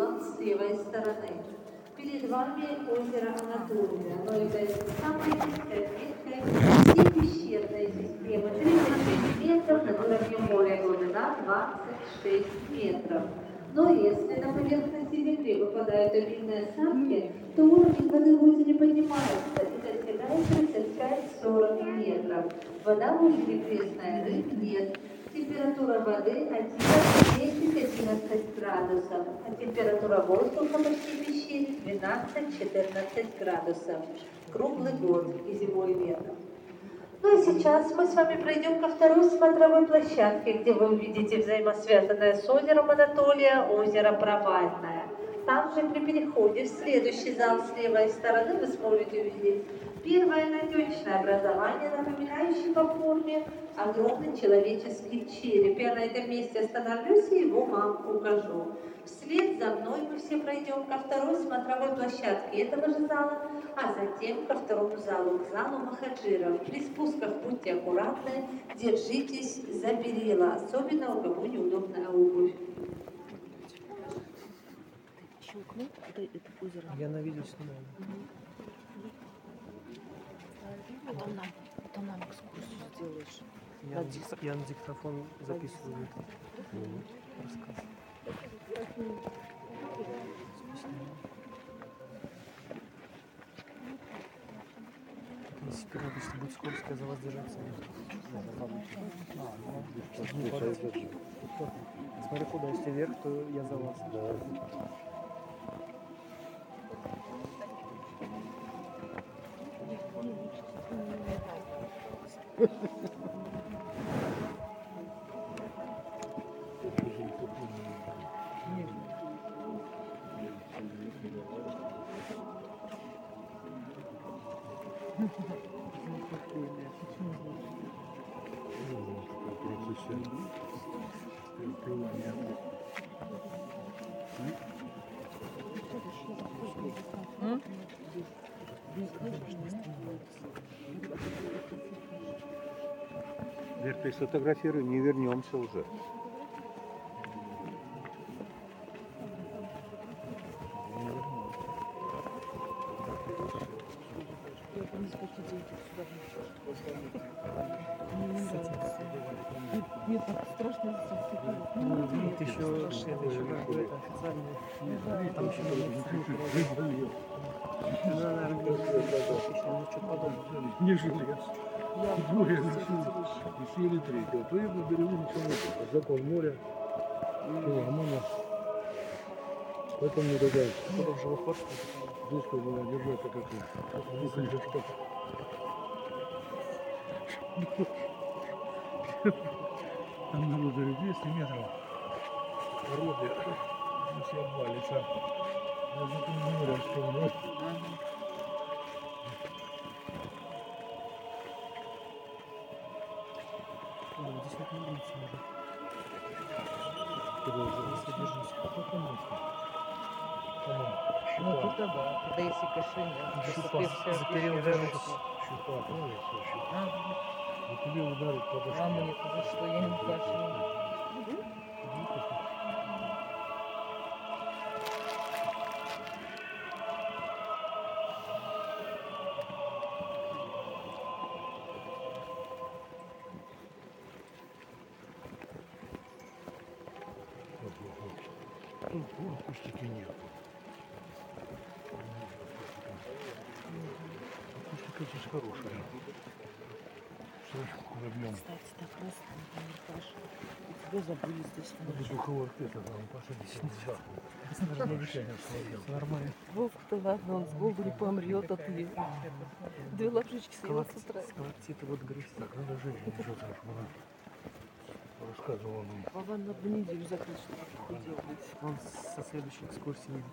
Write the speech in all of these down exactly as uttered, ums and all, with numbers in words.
зал с левой стороны. Перед вами озеро Анатолия, но является самой низкой отметкой всей пещерной системы. тридцать шесть метров над уровнем моря, глубина двадцать шесть метров. Но если на поверхности Земли выпадают обильные осадки, то уровень воды в озере поднимается и достигает тридцать пять — сорок метров. Вода в озере пресная, рыб нет. Температура воды одиннадцать — градусов, а температура воздуха по всей пещере двенадцать — четырнадцать градусов. Круглый год, и зимой, и летом. Ну и сейчас мы с вами пройдем ко второй смотровой площадке, где вы увидите взаимосвязанное с озером Анатолия озеро Провальное. Там же при переходе в следующий зал с левой стороны вы сможете увидеть первое надежное образование, напоминающее по форме огромный человеческий череп. Я на этом месте остановлюсь и его вам укажу. Вслед за мной мы все пройдем ко второй смотровой площадке этого же зала, а затем ко второму залу, к залу махаджиров. При спусках будьте аккуратны, держитесь за перила, особенно у кого неудобная обувь. Я на видео снимаю. Потом нам, потом нам экскурсию сделаешь. Я, на, дик, я на диктофон записываю это. Рассказ. Если вперед, если будет скорость, я за вас держаться. Смотри, куда, если вверх, то я за вас. Вер, ты сфотографируй, не вернемся уже. Мне так страшно зацепило. Это еще официальный. Там еще не что-то подобное. Не жилец. Двое решили, решили третьего. То я на берегу ничего не было. Закон моря. Нормально. Поэтому не догадаюсь. Продолжил ход. Здесь как бы держать, как это. Там на озере двести метров. Роды. Если обвалится. Я закон моря вспомнил. Здесь вот не видится уже. Если держись. Ну тут да, да если кошелек. За период держится. Щупа, правильно? Щупа. И тебе ударит по башке. А мне за что? Я не кашляю. Акустики нет. Акустика здесь хорошая. Слышь, кораблем. Кстати, так раз, например, Паша, и тебя забыли здесь. Это духовой оркестр, там посадись. Нормально. Вовка-то ладно, он с Богу не помрет, а ты. Две лапшички съела с утра. Сколотит вот грызть. Так, надо женщине что-то, чтобы она рассказывала нам. Вован надо неделю закрыть, чтобы похудел быть. Он со следующей экскурсии видит.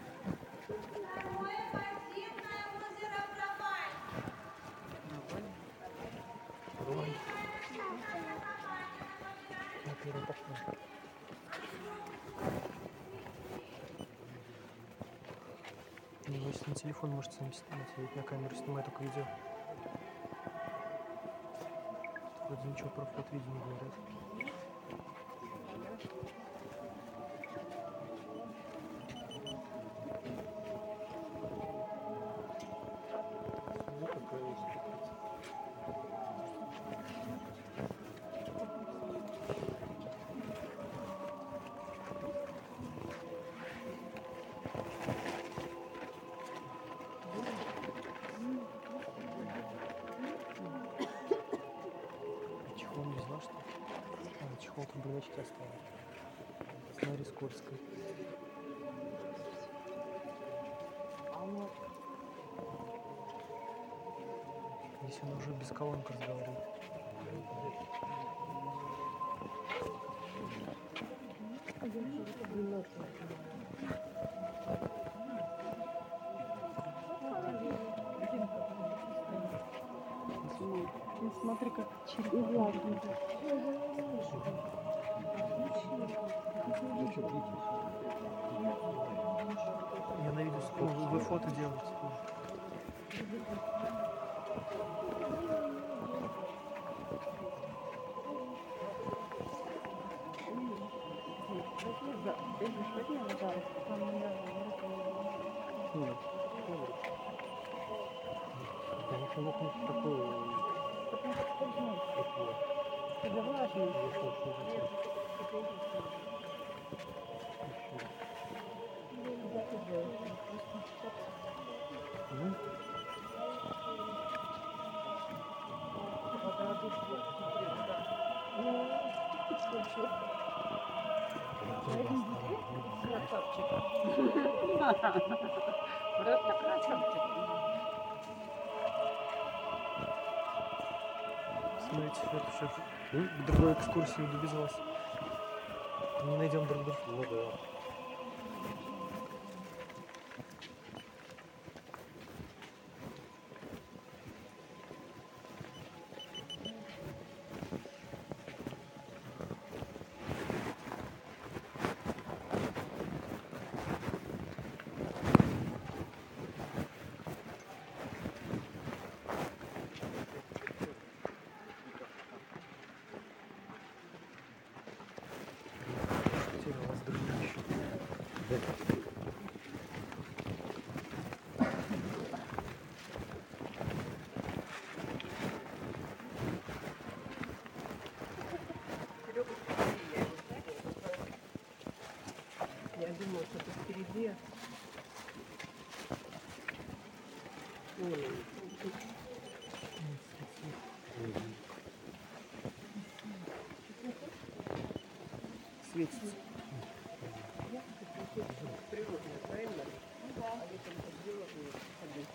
Ну, если на телефон можете сами снимать, я ведь на камеру снимаю только видео. Вроде ничего про вход видео не говорят. Чехол не взяла, что ли? А, чехол там брелочки оставил. С Мэри Скотской. Здесь он уже без колонки разговаривает. Смотри, как через Я на видео смотрю, вы, вы фото делаете. Конечно, вот такой. Смотрите, это сейчас к другой экскурсии добежалась. Не найдем друг друга. Ну да. Потерялась дружище. Я думаю, что это впереди. Светится. Природная, правильно? А летом сделать ходить.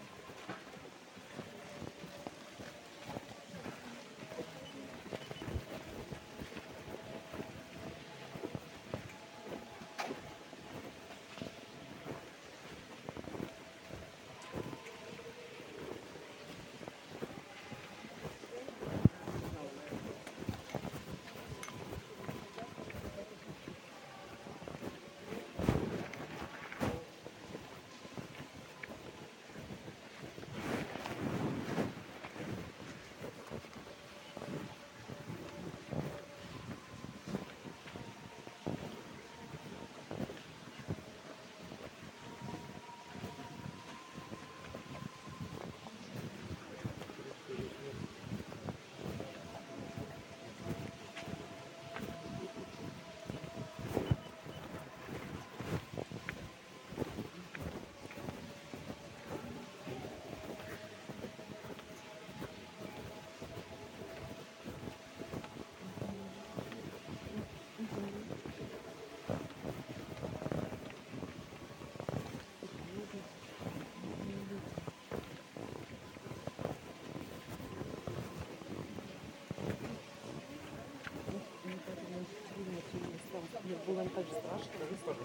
Было не так же страшно.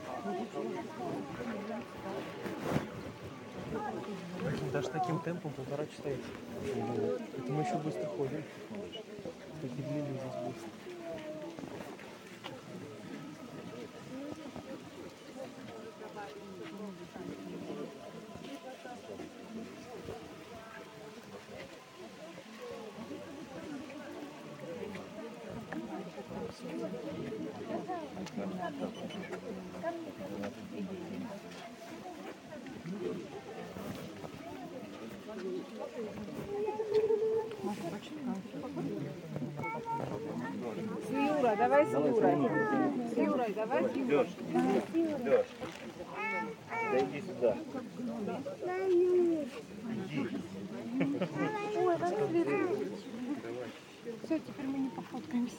Даже таким темпом полтора часа идти. Это мы еще быстро ходим. Такие длинные здесь быстро. Юра, давай с Юрой. Юрой, давай, Леш, Леш, да иди сюда. Ой, расцветы. Все, теперь мы не пофоткаемся.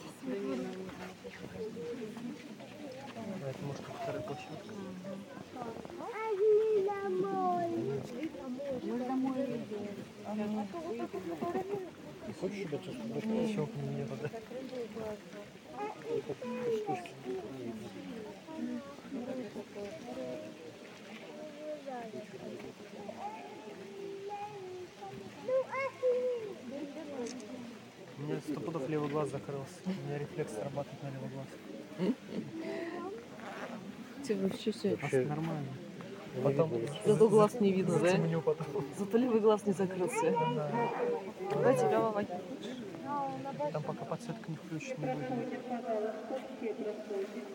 А это может как вторая площадка. Ты хочешь, чтобы я сейчас Ничего к нему нету, да? У меня сто пудов левый глаз закрылся. У меня рефлекс срабатывает на левый глаз. Тебе вообще все. А нормально. Потом Зато глаз не видно, да? затемню потом. Зато левый глаз не закрылся. Давай тебя ловать. Там пока подсветка не включена, не будет. Проходите, пожалуйста, все проходите.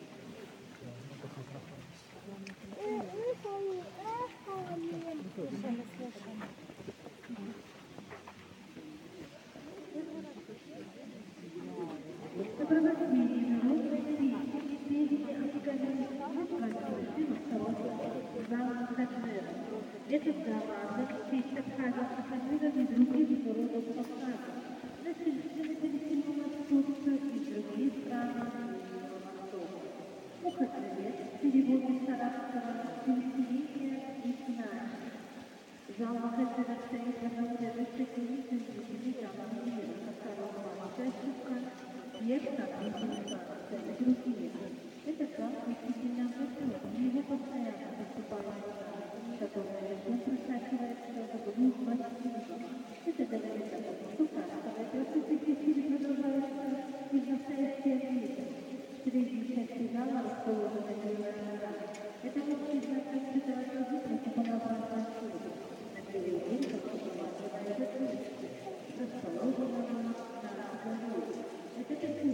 Этот заводок в честь отказа пассажиров из других городов Кавказа. Насильственно переселил в Турцию и другие страны Востока. Мухоцвет в переводе с арабского «переселение и знание». Зал Мухоцвета стоит в одном из достижений жителей данного мира, со второго марта штука, Ешка и Хинка, другие. Этот зал действительно образован, и его постоянно поступают, которая легко просачивается в углу пластинки. Это говорит о том, что кассовая красоты силы продолжаются и в настоящее время. Средняя часть зала расположена на это может признать рассчитывать уже противоположную фигуру. На первый день, как указано, это крышка, расположена на голове. Это такой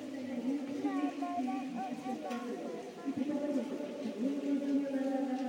и прибавляет, что не делает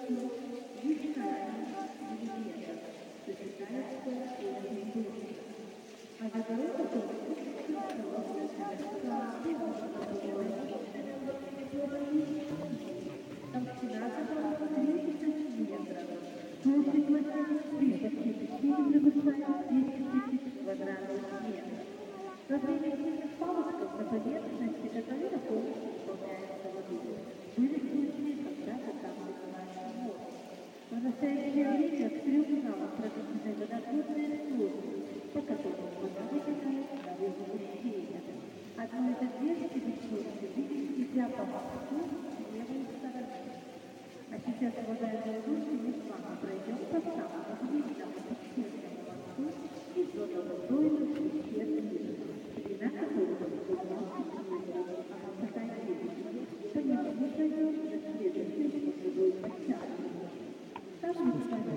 во время сильных паводков на поверхности Каталина полностью заполняется водой. Были случаи, когда там начинается море. В настоящее время к трем залам прописаны водоходные службы, по которым вода вытекает на воздух ущелья. Одну из отверстий бесплодно видеть нельзя по мосту с левой стороны. А сейчас, уважаемые гости, мы с вами пройдем по самому длинному пещерному мосту из зоны водойных пещер мира. Длина которого двадцать метров. По нему мы пройдем на следующую смотровую площадку. Там мы с вами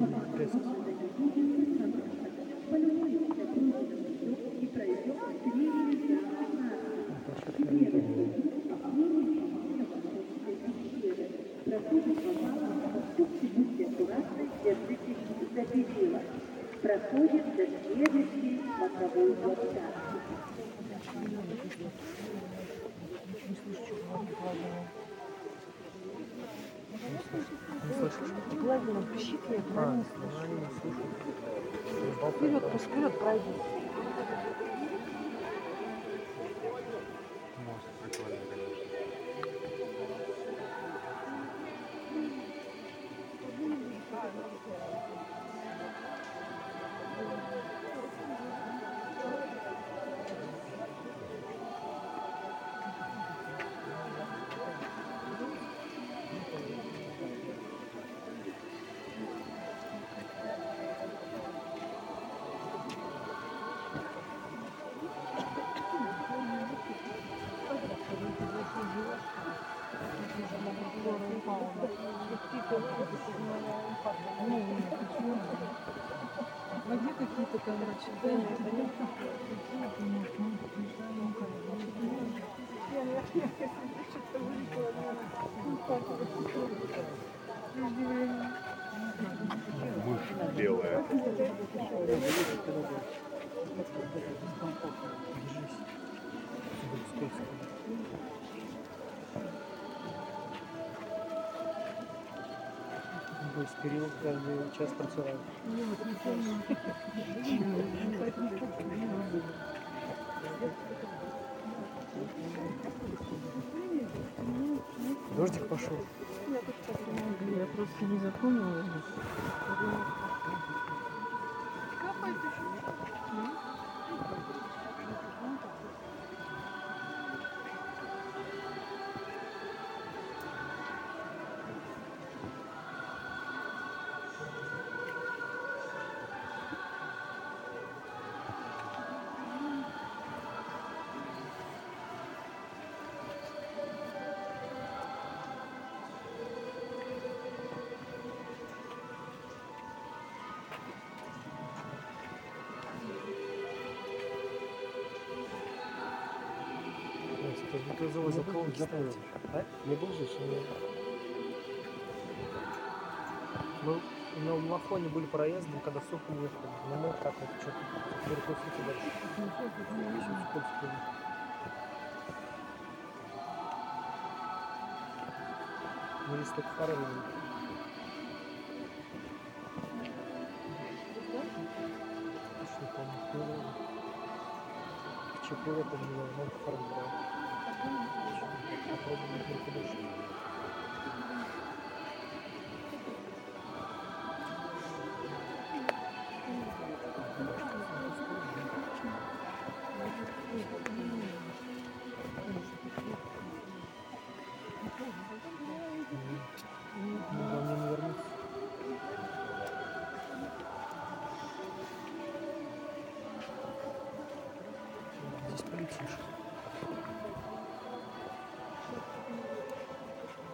полюбуемся пружинным путем и пройдем три нельзя назад. Теперь, проходит, пожалуйста, будьте аккуратны, держитесь за перила. Проходит до следующей смотровой площадки. Не слышишь? Главное, пищите, я А, правильно ну, слышу. они не слушают. Вперед, пусть вперед пройди. Мост прикольный, конечно. А где какие-то там рачки? Мышь белая. Скользко. Ось Кирилл каждый час працював. Дождик пошел. Я просто не запомнила. Ты завозил колонки ставить. А? Не был же, что Мы на, на фоне были проезды, когда в Суху уехали. Но мы так вот что-то перекусить дальше. Очень скользко. Мы здесь только фары видели. Точно помню. Ну, в Чепуре это было, много фар брал. Попробуем только дальше. Ну, главное не вернуться. Здесь полетишь.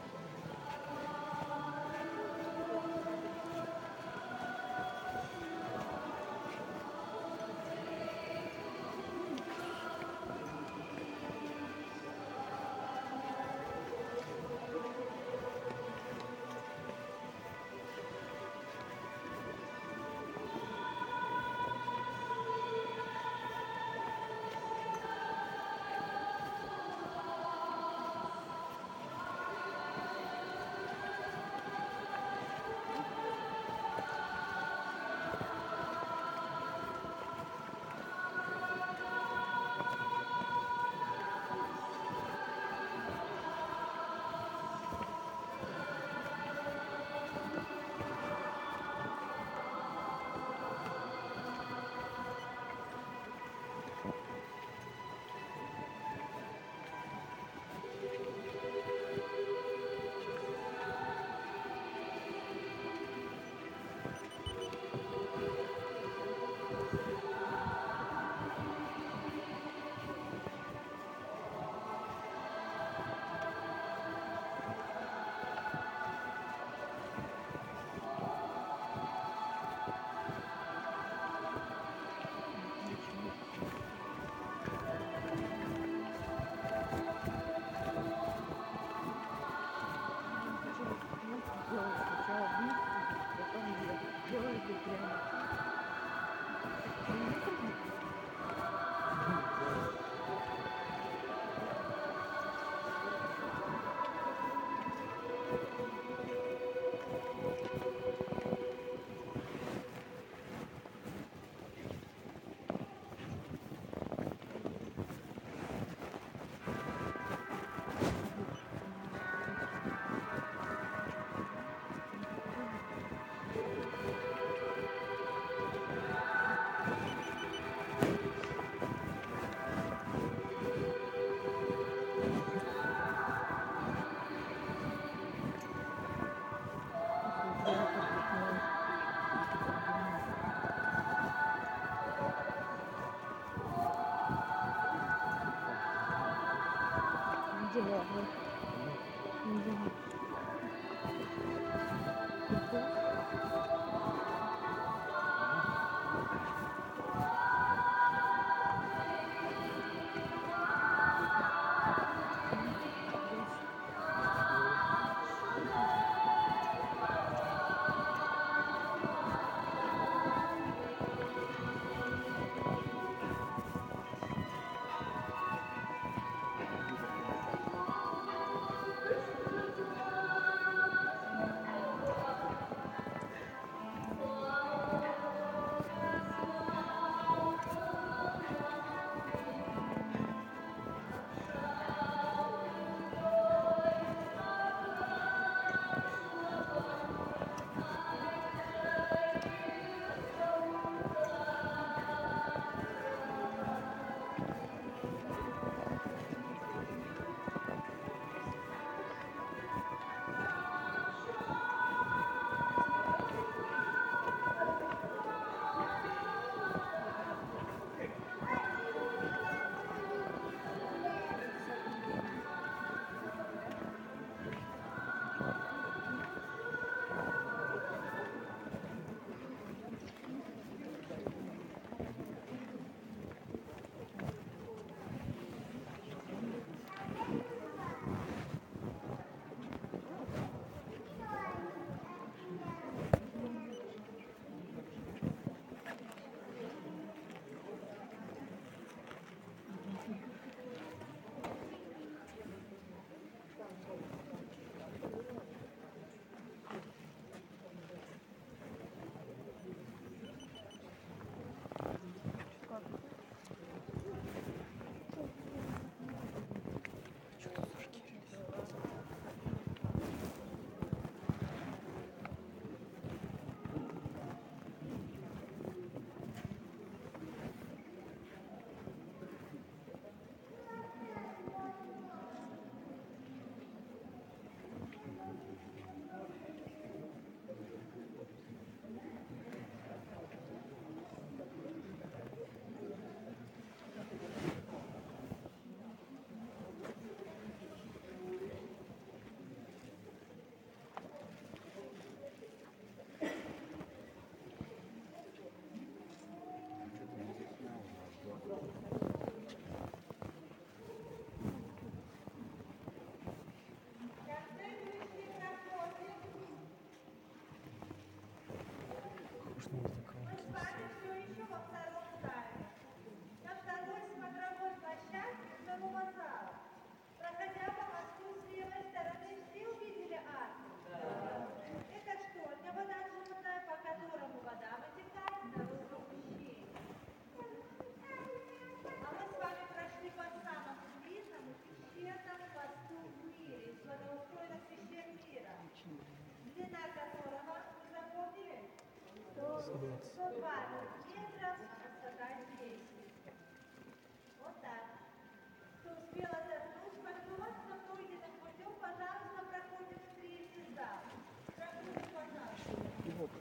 двадцать. метров, высота десять. Вот так. Кто успел отдохнуть, полюбоваться пройденным путем, пожалуйста, проходим в третий зал. Проходим, пожалуйста.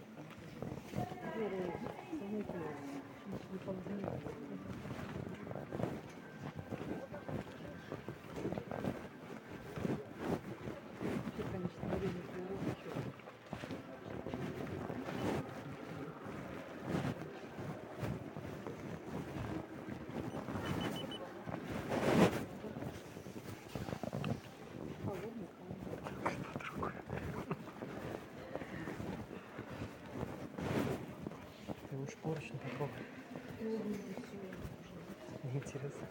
Конечно, время хорошо. Ты лучше поручень попробуй. Интересно.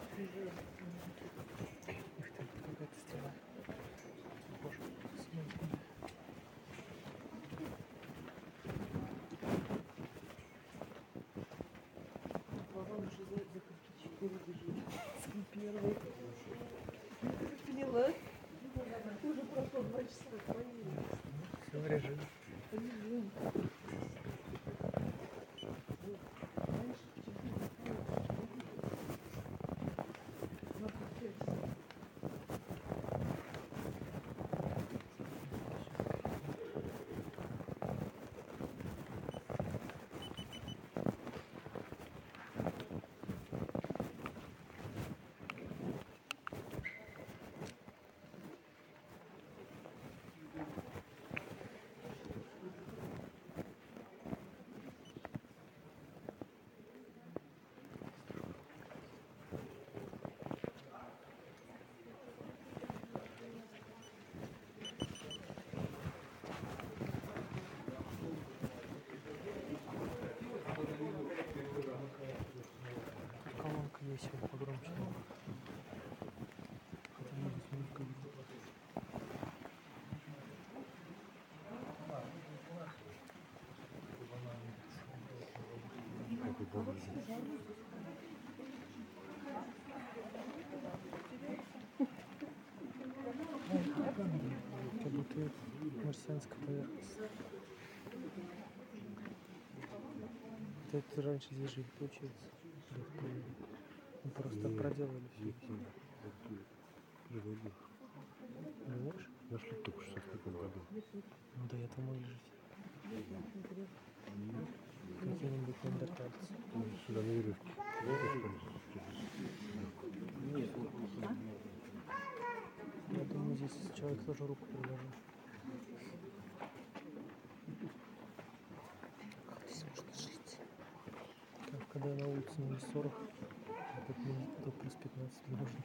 Ух ты, какая-то стена. Боже, смотри. Вован уже за, за кирпичиком бежит. Сын первый. Поняла? Уже прошло два часа. Поняла. Все в режиме. Режим. Знаешь, Колонка есть, вот погромче надо. Хотя может музыка будет. Как будто это марсианская поверхность. Вот это раньше здесь жили, получается. Мы просто проделали все. Живой был. Живешь? Нашли только что в каком году. Ну до этого могли жить. Какие-нибудь неандертальцы. Сюда на веревке. Я думаю, здесь человек тоже руку приложил. Как здесь можно жить? Как, когда на улице минус сорок, а тут, минус, тут плюс пятнадцать можно.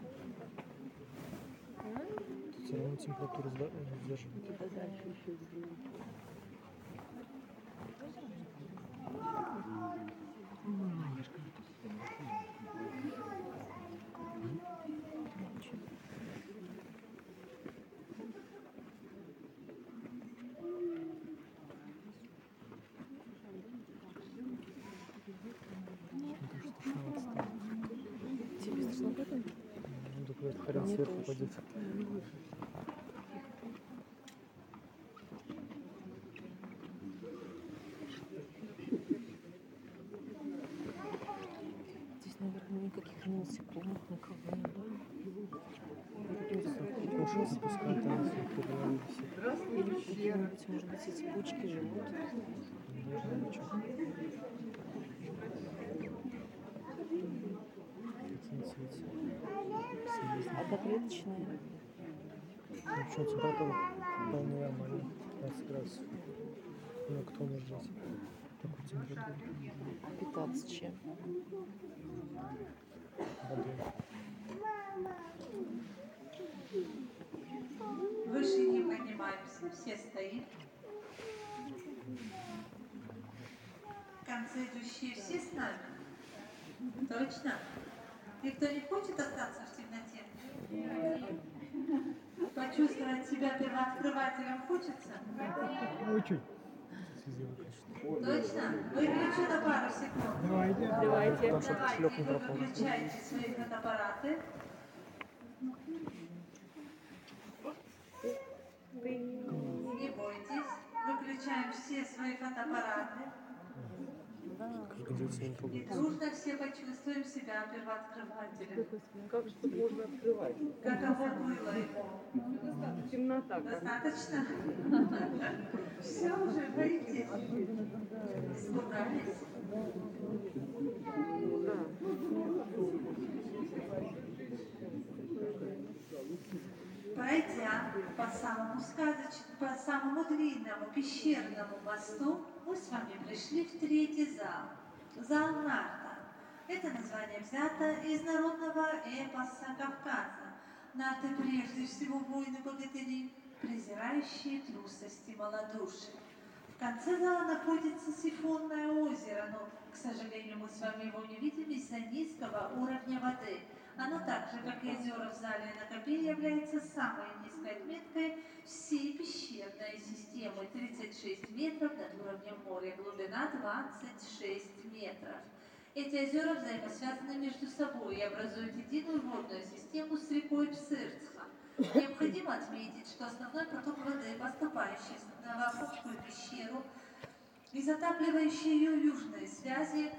Тут все равно температура сдерживает. куда дальше еще сделать. Тебе страшно об этом? Ну, только этот хрен Мне сверху тоже. пойдет. Здесь, наверное, никаких ни насекомых, никого нет. Кошек запускают, там все переловили все. Или какие-нибудь, может быть, эти почки живут. Даже ничего. Цветы. Одноклеточные. Ну, почему температура вполне нормальная, пятнадцать градусов. Ну, кто может жить такой температурой? А питаться чем? Водой. Выше не поднимаемся, все стоим. В конце идущие все с нами. Точно? Никто не хочет остаться в темноте? Почувствовать себя первооткрывателем хочется? Очень. Точно? Выключу на пару секунд. Давайте. Давайте. Потому что шлеп не Давайте, вы пропал. выключаете свои фотоаппараты. Не бойтесь. Выключаем все свои фотоаппараты. Кондиционер И дружно все почувствуем себя первооткрывателем. Как же тут можно открывать? Каково было ему? Темнота. Достаточно? Все уже, боитесь? Испугались? Пройдя по самому сказочному, по самому длинному пещерному мосту, мы с вами пришли в третий зал. Зал Нарта. Это название взято из народного эпоса Кавказа. Нарты прежде всего воины-богатыри, презирающие трусость и малодушие. В конце зала находится сифонное озеро, но, к сожалению, мы с вами его не видим из-за низкого уровня воды. Оно так же, как и озера в зале на Копе, является самой низкой отметкой всей пещерной системы — тридцать шесть метров над уровнем моря, глубина двадцать шесть метров. Эти озера взаимосвязаны между собой и образуют единую водную систему с рекой Псырцха. Необходимо отметить, что основной поток воды, поступающий в Новоохотскую пещеру и затапливающий ее южные связи,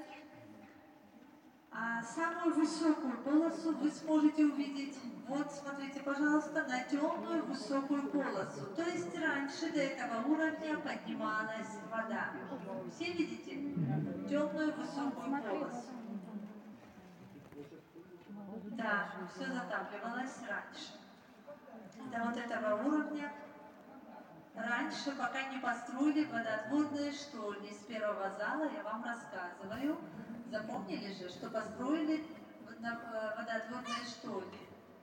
а самую высокую полосу вы сможете увидеть, вот смотрите, пожалуйста, на темную высокую полосу. То есть раньше до этого уровня поднималась вода. Все видите? Темную высокую полосу. Да, все затапливалось раньше. До вот этого уровня раньше, пока не построили водотворные штольни с первого зала, я вам рассказываю. Запомнили же, что построили водотворные штольни.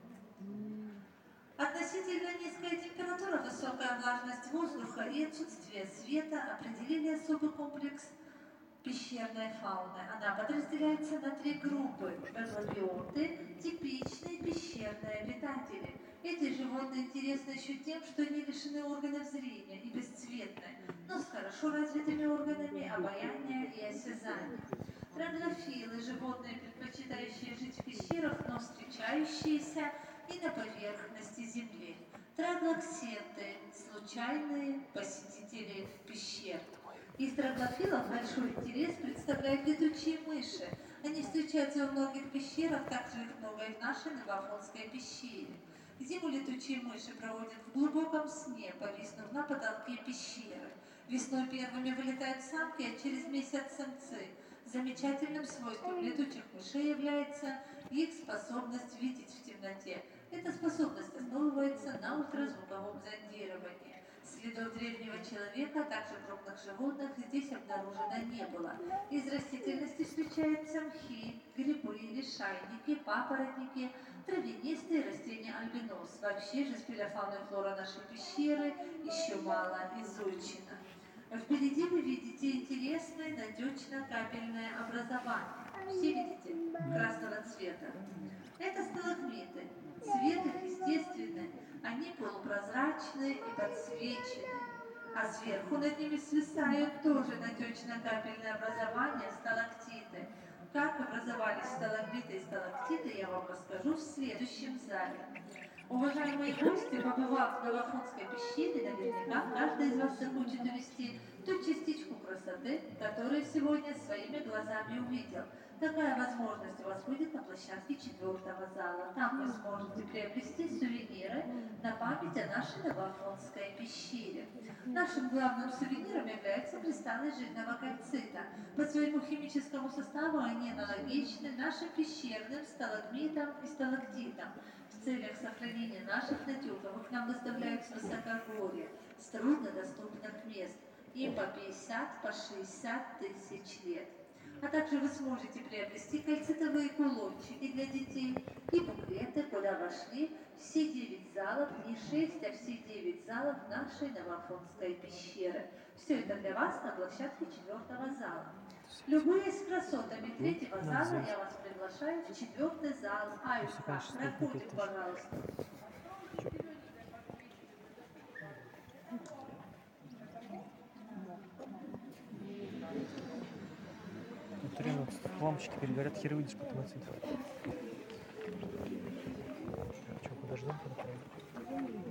Относительно низкая температура, высокая влажность воздуха и отсутствие света определили особый комплекс пещерной фауны. Она подразделяется на три группы. Беглобионты, типичные пещерные обитатели. Эти животные интересны еще тем, что они лишены органов зрения и бесцветны, но с хорошо развитыми органами обоняния и осязания. Троглофилы – животные, предпочитающие жить в пещерах, но встречающиеся и на поверхности земли. Троглоксенты – случайные посетители пещер. Из троглофилов большой интерес представляют летучие мыши. Они встречаются во многих пещерах, также их много и в нашей Новоохотской пещере. Зиму летучие мыши проводят в глубоком сне, повиснув на потолке пещеры. Весной первыми вылетают самки, а через месяц самцы. Замечательным свойством летучих мышей является их способность видеть в темноте. Эта способность основывается на ультразвуковом зондировании. Следов древнего человека, а также крупных животных, здесь обнаружено не было. Из растительности встречаются мхи, грибы, лишайники, папоротники, травянистые растения альбинос. Вообще же спелеофауна и флора нашей пещеры еще мало изучена. Впереди вы видите интересное надечно-капельное образование. Все видите? Красного цвета. Это сталагмиты. Цвет их естественный. Они полупрозрачные и подсвечены. А сверху над ними свисают тоже надечно-капельное образование сталактиты. Как образовались сталагмиты и сталактиты, я вам расскажу в следующем зале. Уважаемые гости, побывав в Новоохотской пещере, наверняка каждый из вас захочет увидеть ту частичку красоты, которую сегодня своими глазами увидел. Такая возможность у вас будет на площадке четвертого зала. Там вы сможете приобрести сувениры на память о нашей Новоохотской пещере. Нашим главным сувениром является кристаллы жирного кальцита. По своему химическому составу они аналогичны нашим пещерным сталагмитам и сталактитам. В целях сохранения наших натюрмортов к нам доставляют с высокогорья, с труднодоступных мест. Им по пятьдесят, по шестьдесят тысяч лет. А также вы сможете приобрести кальцитовые кулончики для детей и буклеты, куда вошли все девять залов, не шесть, а все девять залов нашей Новоохотской пещеры. Все это для вас на площадке четвертого зала. Любуясь красотами третьего зала, я вас приглашаю в четвертый зал. Аюшка, проходим, пожалуйста. Смотри, ну, лампочки перегорят, хер выйдешь потом отсюда. Что, подождем, когда пройдет?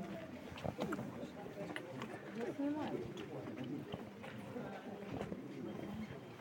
Я снимаю.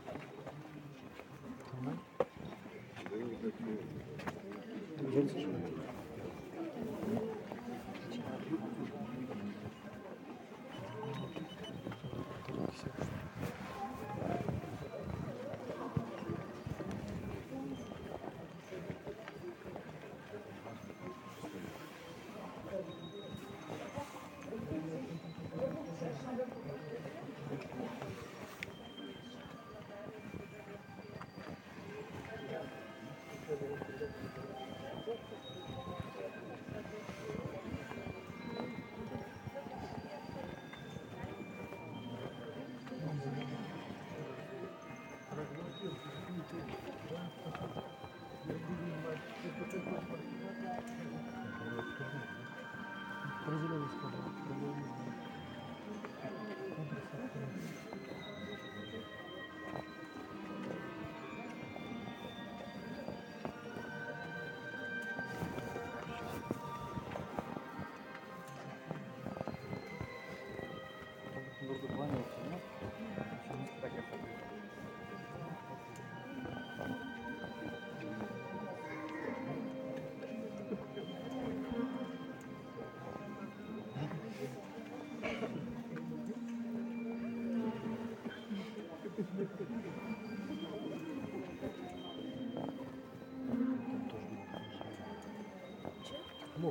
Нужно планировать, нет? Так я хочу. Мох.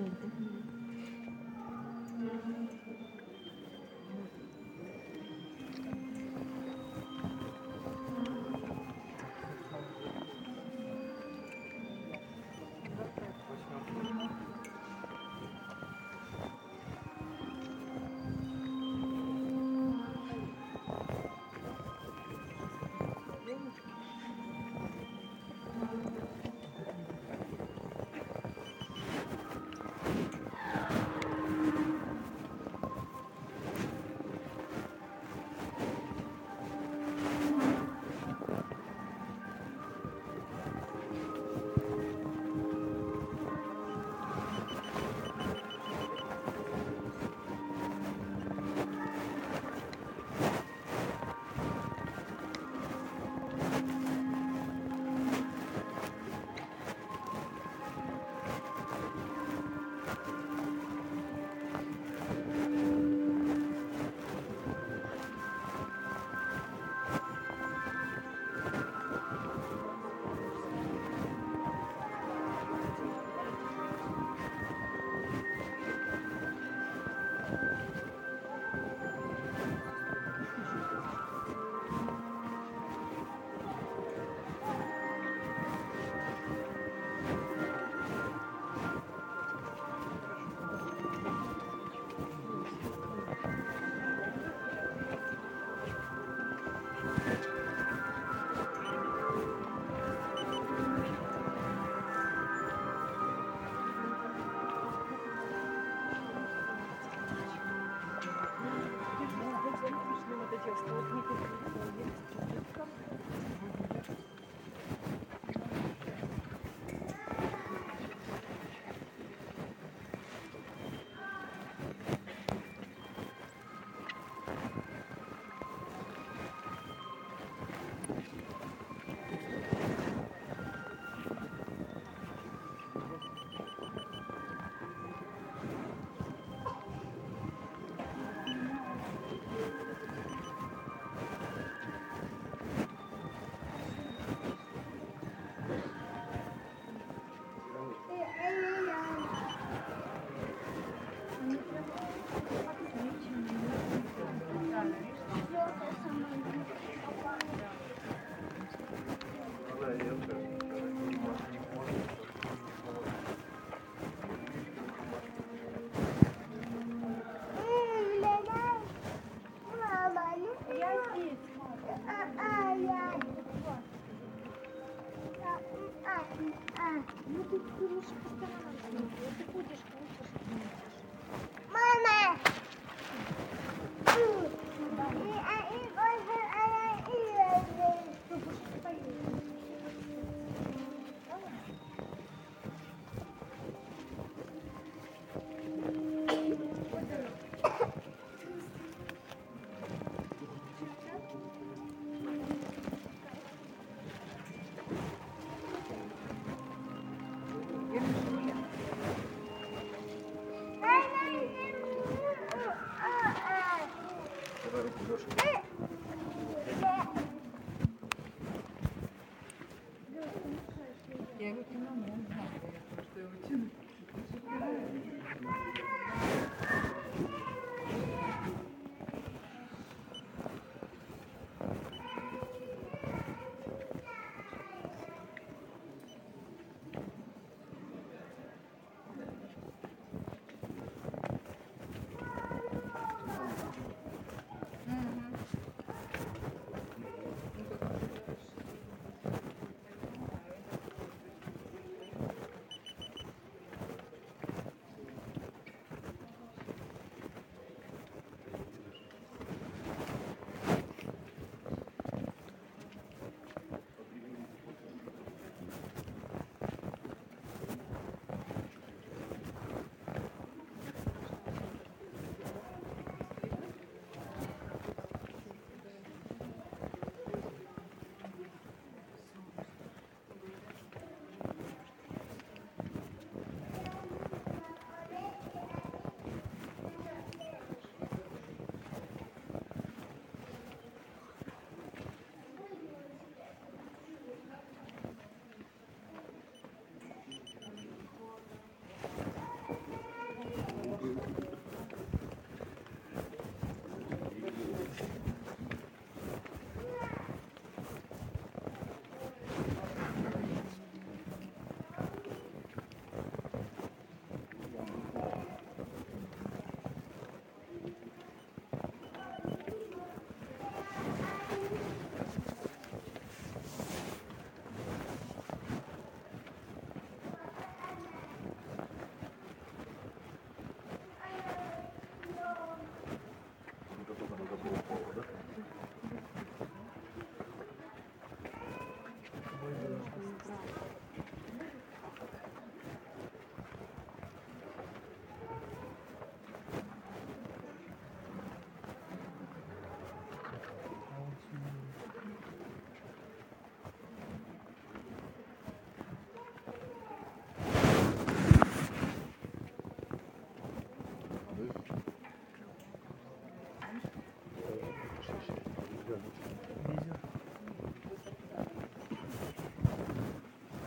Я его тяну, но он знал, что я его тяну.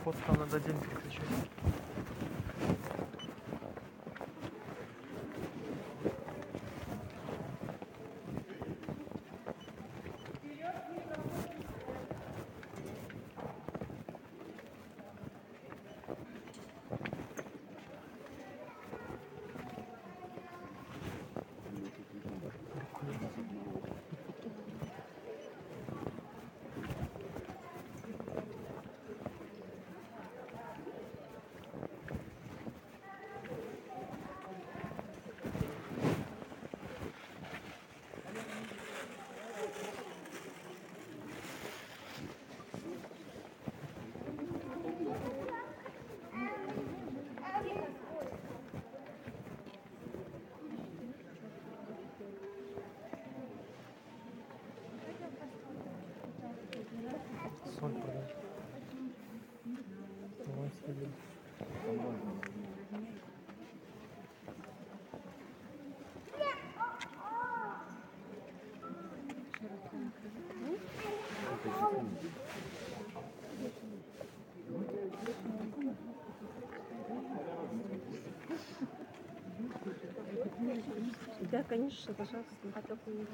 Вход там надо отдельно переключать. Соль продать. Давай сходим. Да, конечно, пожалуйста. А только не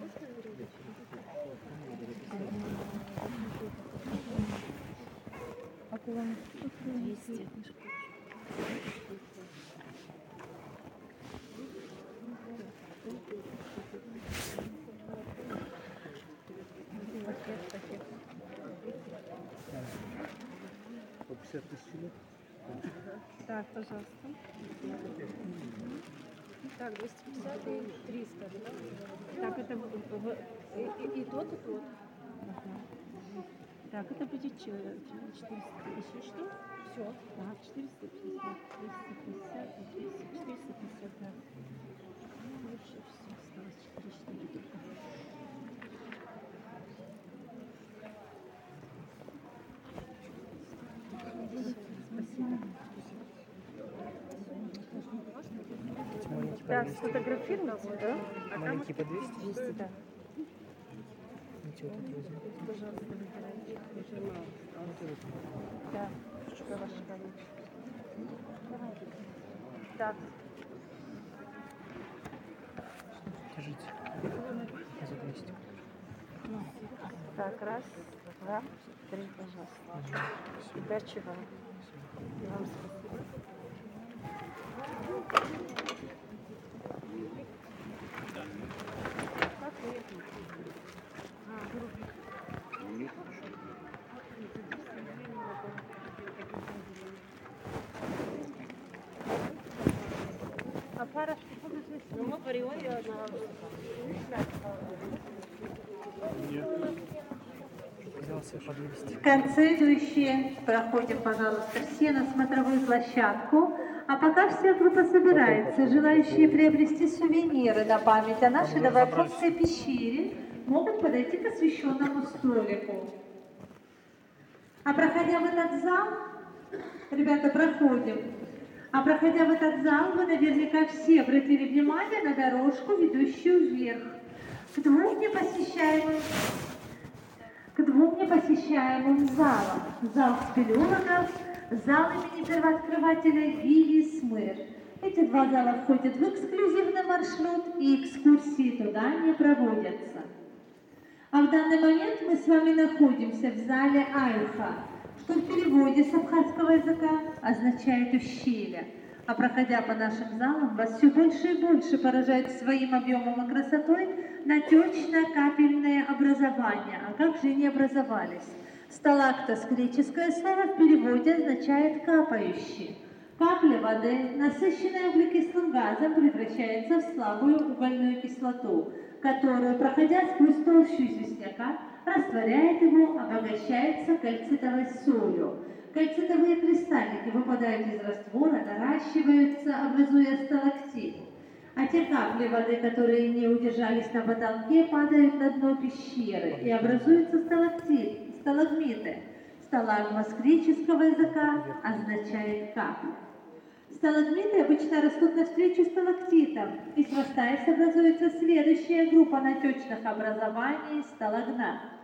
двести. Пакет, пакет. По пятьдесят тысяч лет. Так, пожалуйста. Так, двести пятьдесят и триста, да? Так, это в- в- и, и, и тот, и тот. Ага. Так, это будет че- четыреста. Еще что? Все. Так, четыреста пятьдесят, триста пятьдесят, двести, четыреста пятьдесят, да. Больше все осталось, четыре штуки только. Спасибо. Эти маленькие по Так, двести. сфотографировался, да? Маленькие по двести. двести, да. Эти вот эти возьму. Пожалуйста, выбирайте. Да, что ваши коллеги. Давайте. Так, Держите. За двести. ну, так, раз, два, три, пожалуйста. Удачи вам. И вам спасибо. Как вы? А, группа. А пара, ну мы по Рионе одна. Взял себе по двести. В конце идущие, проходим, пожалуйста, все на смотровую площадку. А пока вся группа собирается, желающие приобрести сувениры на память о нашей Новоапостольской пещере могут подойти к освященному столику. А проходя в этот зал, ребята, проходим. А проходя в этот зал, вы наверняка все обратили внимание на дорожку, ведущую вверх, к двум непосещаемым, к двум непосещаемым залам. Зал спелеологов, зал имени первооткрывателя Гиви Смыр. Эти два зала входят в эксклюзивный маршрут, и экскурсии туда не проводятся. А в данный момент мы с вами находимся в зале Альфа, что в переводе с абхазского языка означает ущелье. А проходя по нашим залам, вас все больше и больше поражает своим объемом и красотой натечно-капельные образования. А как же они образовались? Сталактос, греческое слово, в переводе означает «капающий». Капля воды, насыщенная углекислым газом, превращается в слабую угольную кислоту, которую, проходя сквозь толщу известняка, растворяет его, обогащается кальцитовой солью. Кальцитовые кристаллики выпадают из раствора, наращиваются, образуя сталактит. А те капли воды, которые не удержались на потолке, падают на дно пещеры и образуются сталактит, сталагмиты. Сталагма с греческого языка означает капля. Сталагмиты обычно растут навстречу сталактитам, и срастаясь образуется следующая группа натечных образований – сталагнат.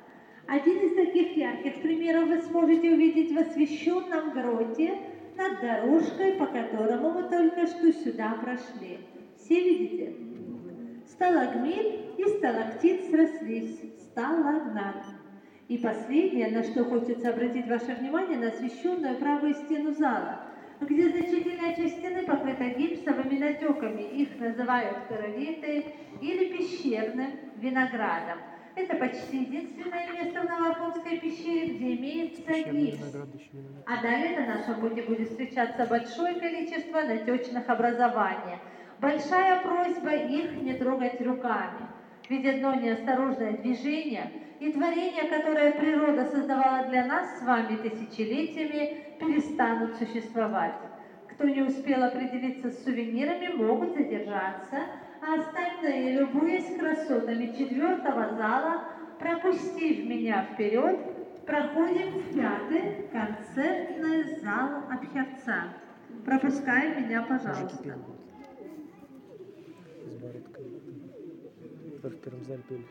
Один из таких ярких примеров вы сможете увидеть в освещенном гроте над дорожкой, по которому мы только что сюда прошли. Все видите? Сталагмит и сталактит срослись. Сталагнат. И последнее, на что хочется обратить ваше внимание, на освещенную правую стену зала, где значительная часть стены покрыта гипсовыми натеками. Их называют королитой или пещерным виноградом. Это почти единственное место в Новоафонской пещере, где имеется Пещерный гипс. виноград еще не надо. А далее на нашем пути будет встречаться большое количество натечных образований. Большая просьба их не трогать руками. Ведь одно неосторожное движение и творения, которое природа создавала для нас с вами тысячелетиями, перестанут существовать. Кто не успел определиться с сувенирами, могут задержаться, а остальные, любуясь красотами четвертого зала, пропустив меня вперед, проходим в пятый концертный зал Абхерца. Пропускай меня, Мужики пожалуйста. пели будут. С бородкой. Кто в первом зале пели.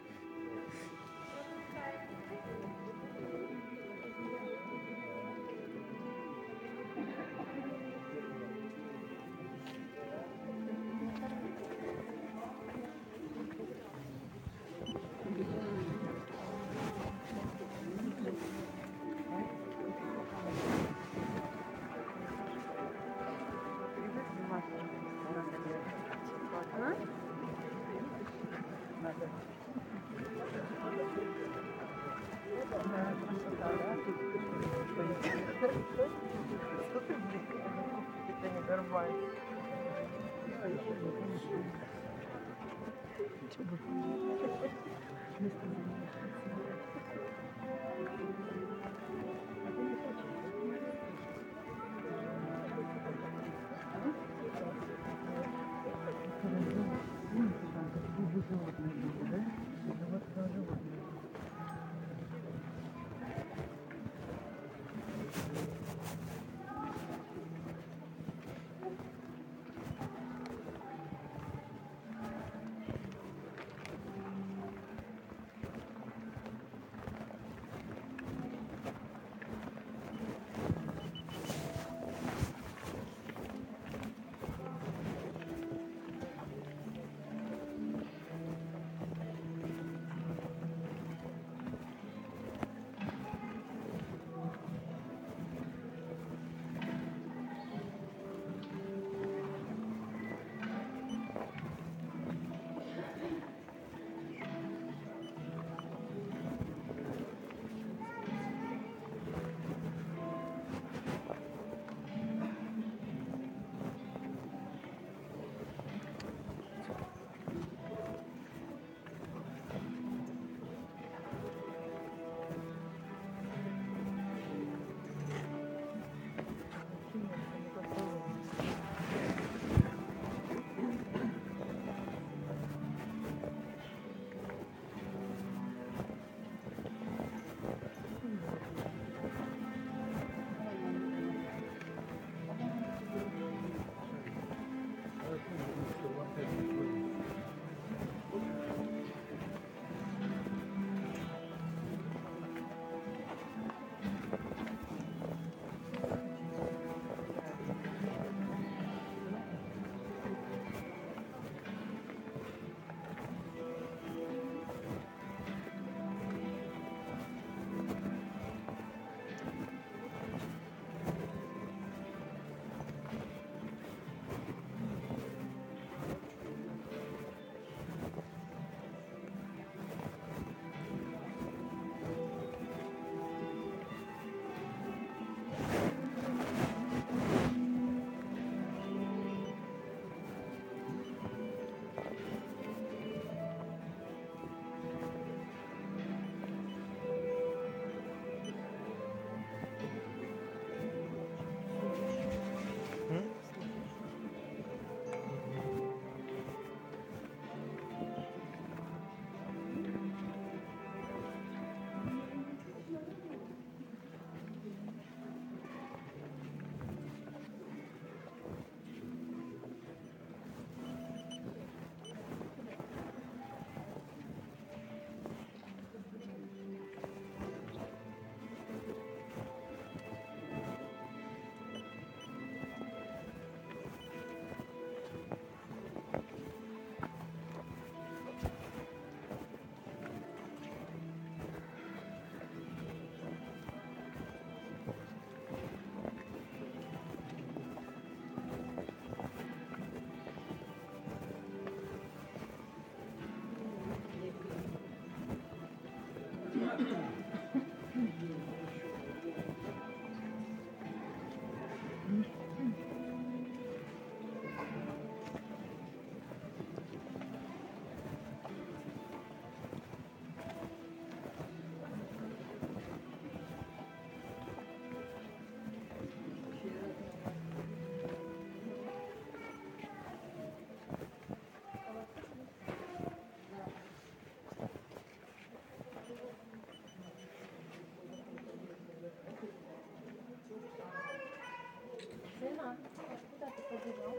Сына, куда ты побежал?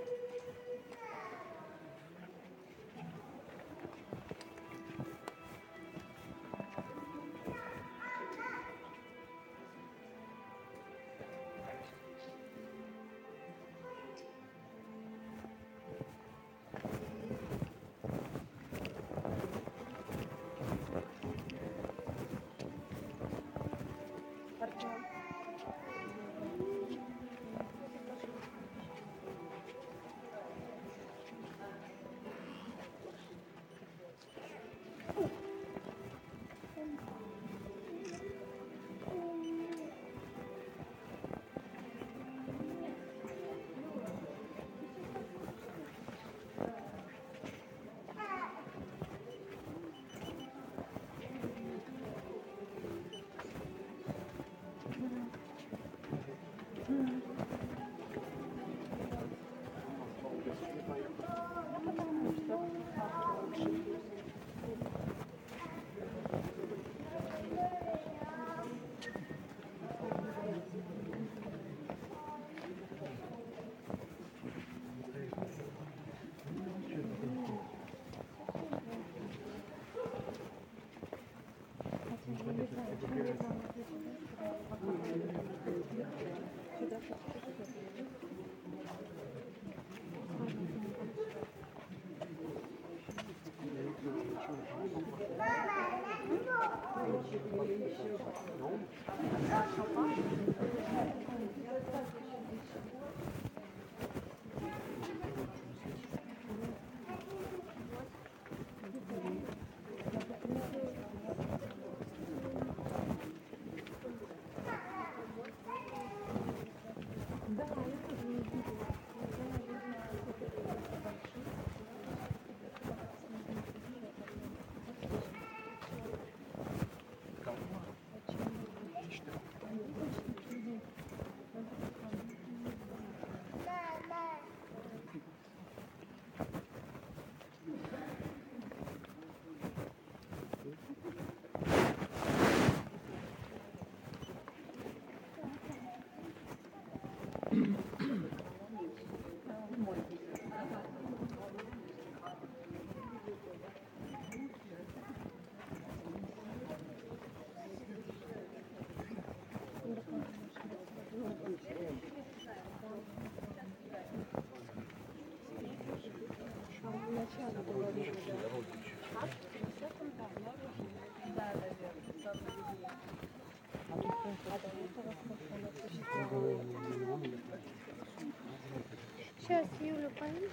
Артем. Сейчас, Юля, поедешь?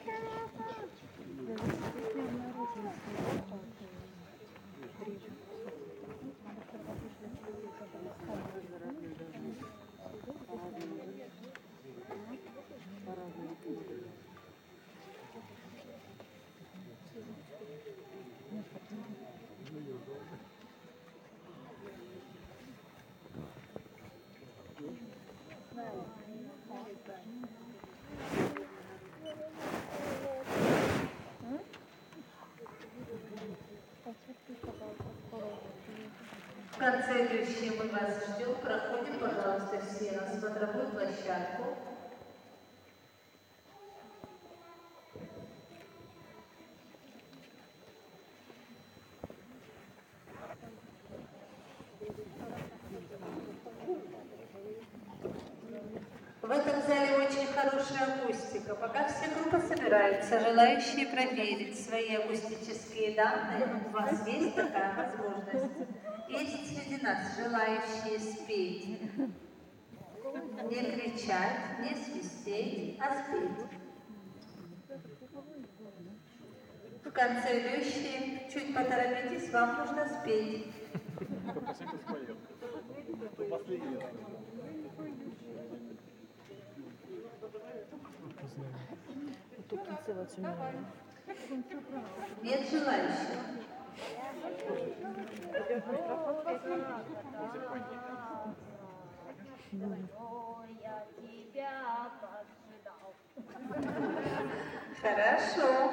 В конце идущие мы вас ждем. Проходим, пожалуйста, все на смотровую площадку. В этом зале очень хорошая акустика. Пока все группы собираются, желающие проверить свои акустические данные, у вас есть такая возможность. Есть среди нас желающие спеть. Не кричать, не свистеть, а спеть. В конце идущие, чуть поторопитесь, вам нужно спеть. Кто посетит, споет. Кто последний. Тут кінцева цунами. Нет желающих? Хорошо.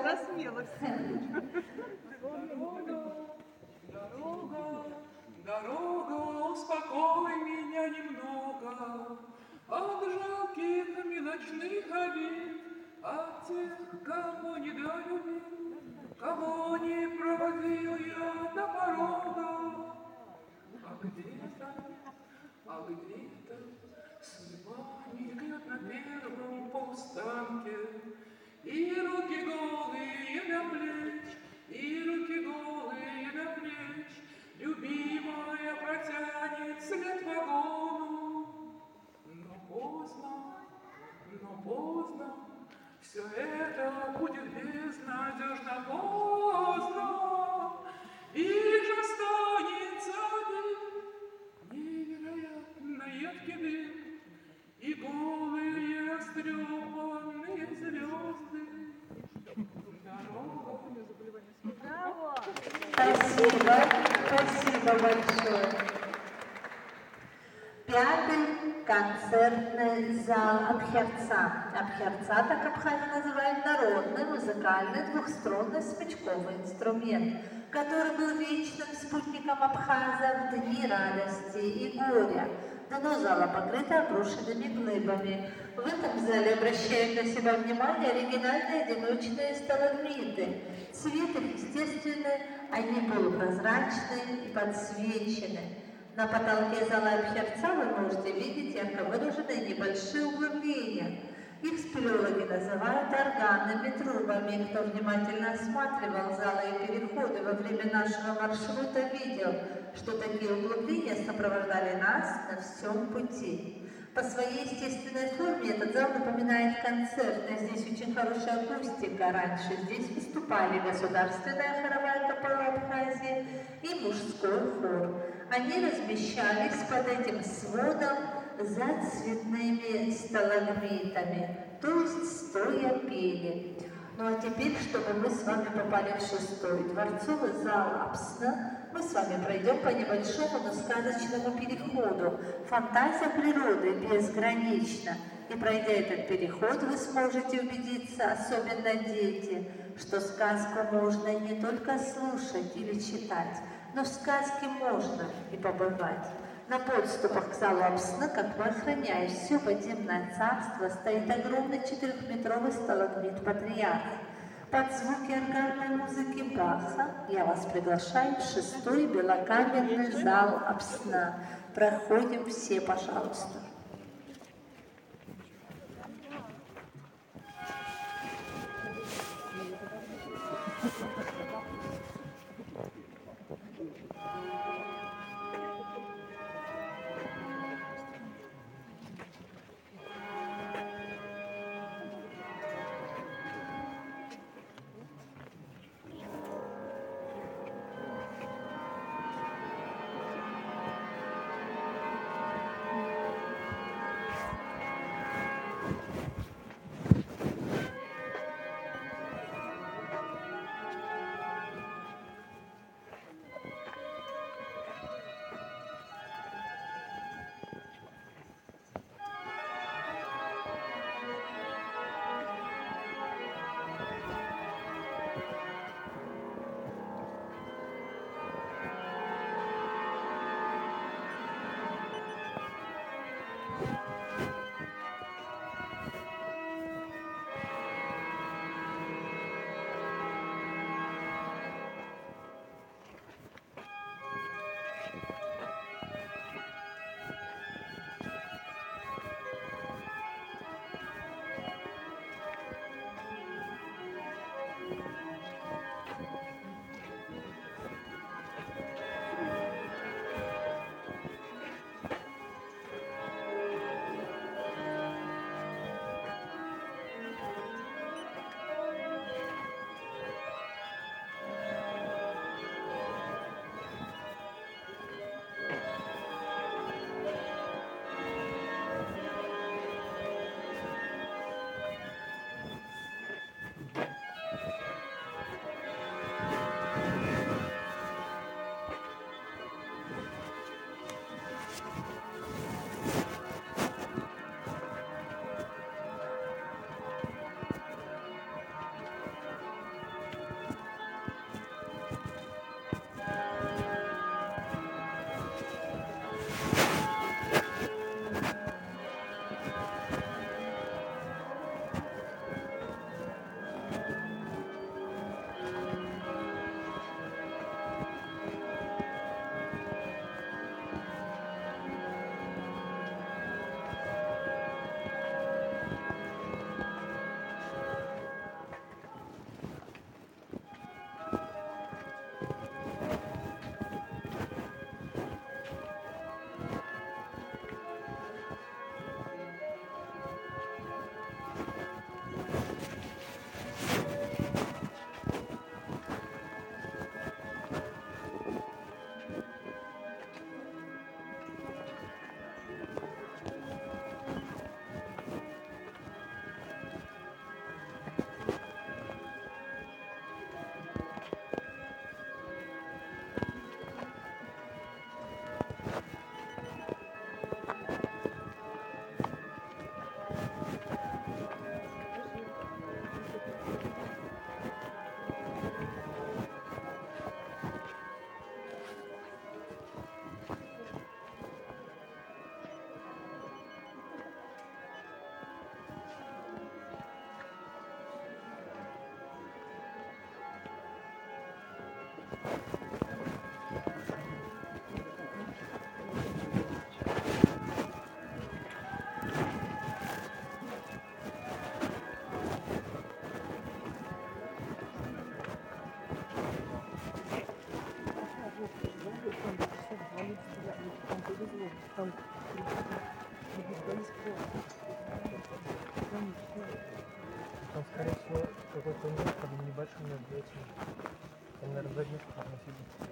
Дорога, дорога, успокой меня немного от жалких мелочных обид, от тех, кого не долюбил, кого не проводил я до порога. А где-то, а где-то судьба не идет на первом полустанке, и руки голые на плеч, и руки голые на плеч, любимая протянет след вагону. Но поздно, но поздно, все это будет безнадежно поздно, и лишь останется один невероятно едкий дым и голые растрепанные звезды. Дорога. Спасибо, спасибо большое. Пятый концертный зал Абхерца. Абхерца так абхазы называют народный музыкальный двухструнный смычковый инструмент, который был вечным спутником Абхаза в дни радости и горя. Дно зала покрыто обрушенными глыбами. В этом зале обращают на себя внимание оригинальные одиночные сталагмиты. Цвет их естественный, они полупрозрачные и подсвечены. На потолке зала Абхерца вы можете видеть ярко выраженные небольшие углубления. Их спелеологи называют органными трубами. Кто внимательно осматривал залы и переходы во время нашего маршрута, видел, что такие углубления сопровождали нас на всем пути. По своей естественной форме этот зал напоминает концертный. Здесь очень хорошая акустика. Раньше здесь выступали государственная хоровая капелла Абхазии и мужской хор. Они размещались под этим сводом за цветными сталагмитами, то есть стоя пели. Ну а теперь, чтобы мы с вами попали в шестой дворцовый зал Апсна, мы с вами пройдем по небольшому, но сказочному переходу. Фантазия природы безгранична. И пройдя этот переход, вы сможете убедиться, особенно дети, что сказку можно не только слушать или читать, но в сказке можно и побывать. На подступах к залу Апсна, как бы охраняя все подземное царство, стоит огромный четырехметровый сталагмит Патриарх. Под звуки органной музыки Баха я вас приглашаю в шестой белокаменный зал Апсна. Проходим все, пожалуйста. Там, там, скорее всего, какой-то мир под небольшим между этим. Там, наверное, за дней можно сидеть.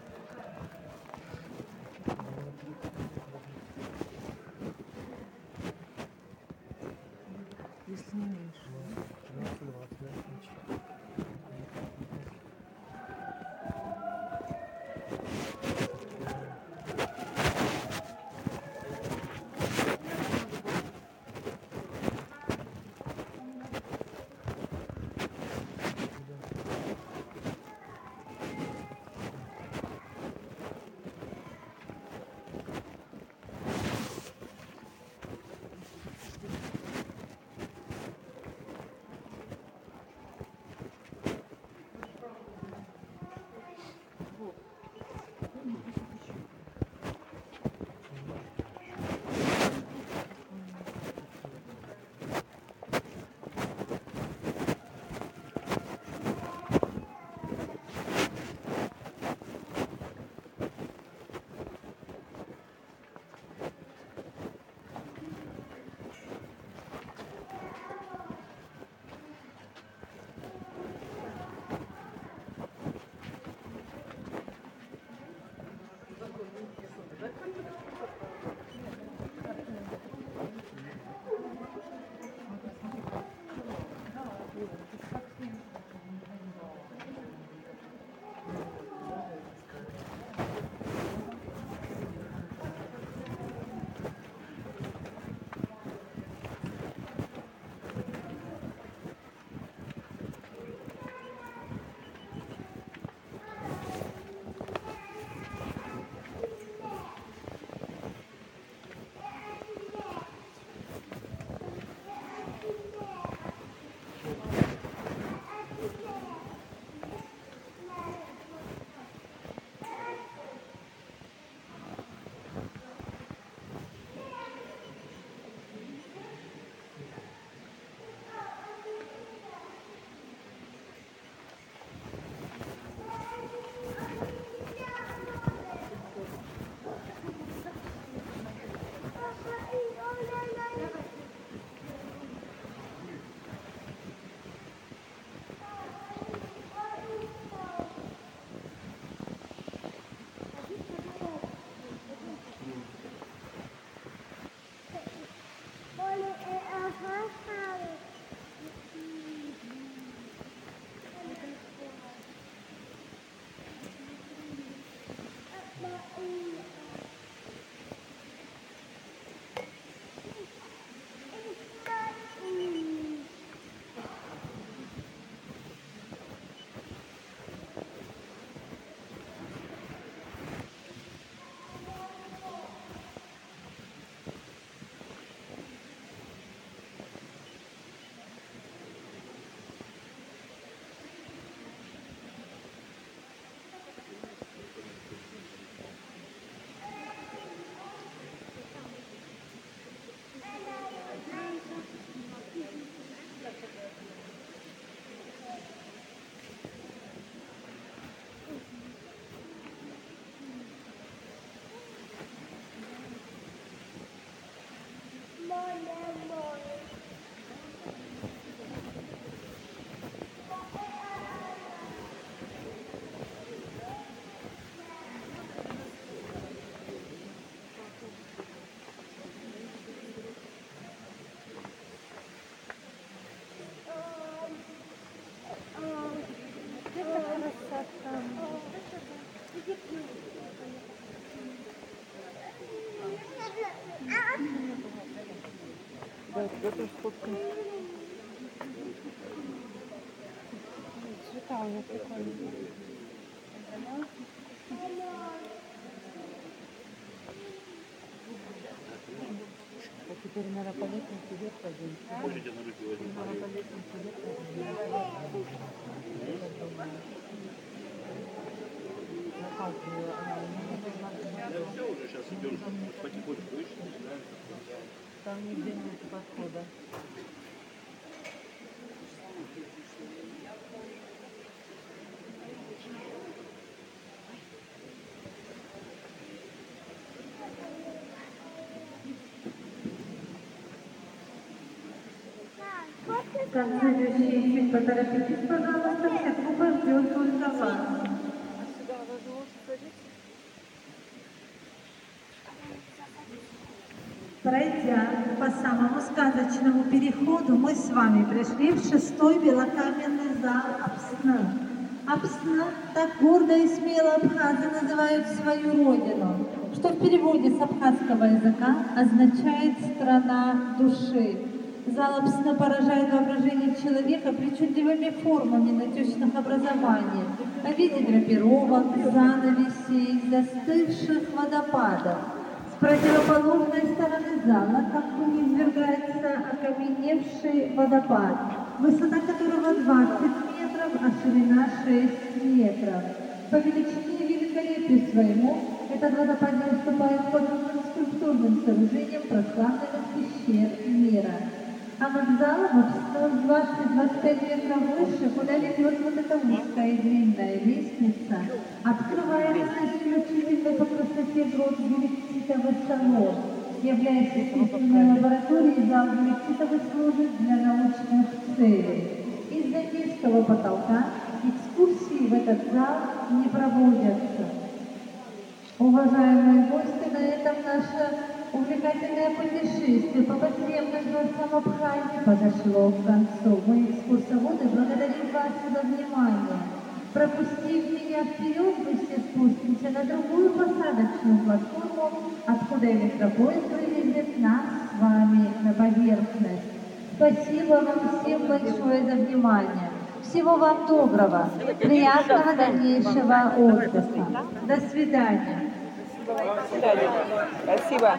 Если не меньше. тринадцать двадцать, да, ничего. Это сколько? Цвета у него прикольные. А теперь надо по лестнице вверх пойдем. Надо по лестнице вверх пойдем. Все уже сейчас идем потихоньку, Там нигде нет подхода. Танцующие чуть поторопитесь, пожалуйста, вся группа ждет только вас. Пройдя по самому сказочному переходу, мы с вами пришли в шестой белокаменный зал Апсны. Апсна так гордо и смело абхазы называют свою родину, что в переводе с абхазского языка означает «страна души». Зал Апсны поражает воображение человека причудливыми формами натечных образований, в виде драпировок, занавесей, застывших водопадов. С противоположной стороны зала как бы низвергается окаменевший водопад, высота которого двадцать метров, а ширина шесть метров. По величине и великолепию своему этот водопад не уступает подобным скульптурным сооружениям прославленных пещер мира. А над залом Апсны двадцать двадцать пять метров выше, куда ведет вот эта узкая и длинная лестница, открывается исключительный по красоте грот Геликтитовый салон. Являясь естественной лабораторией, зал Геликтитовый служит для научных целей. Из-за низкого потолка экскурсии в этот зал не проводятся. Уважаемые гости, на этом наше увлекательное путешествие по подземным дворцам Абхазии подошло к концу. Мы, экскурсоводы, благодарим вас за внимание. Пропустив меня вперед, мы все спустимся на другую посадочную платформу, откуда электропоезд вывезет нас с вами на поверхность. Спасибо вам всем большое за внимание. Всего вам доброго, приятного дальнейшего отдыха. До свидания. Спасибо.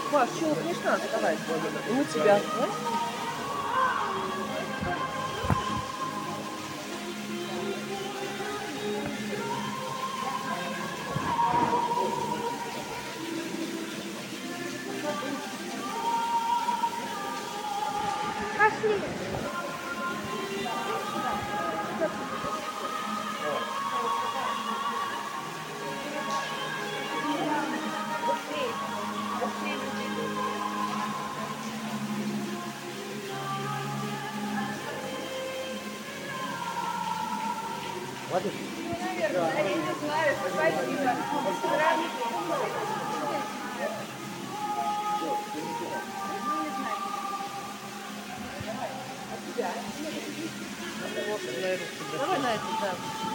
Маш, щелкнешь надо, давай. И мы тебя. Давай. Пошли. Быстрее. Быстрее. Хватит? Наверное, я не знаю. Спасибо. Давай на это, да.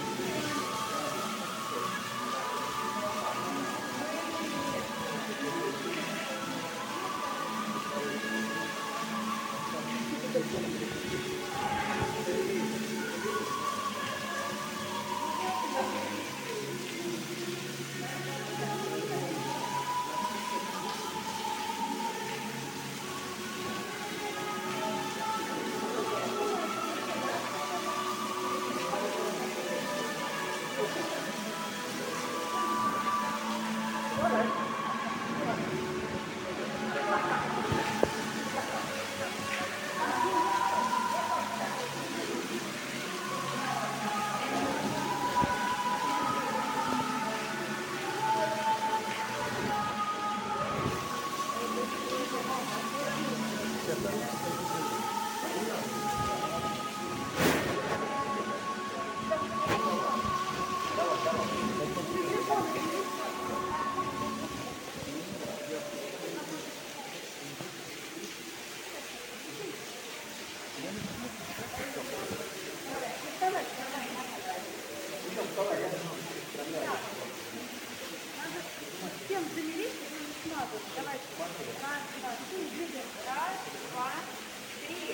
Всем замерись, надо. Давай. Раз, два, три. Раз, два, три.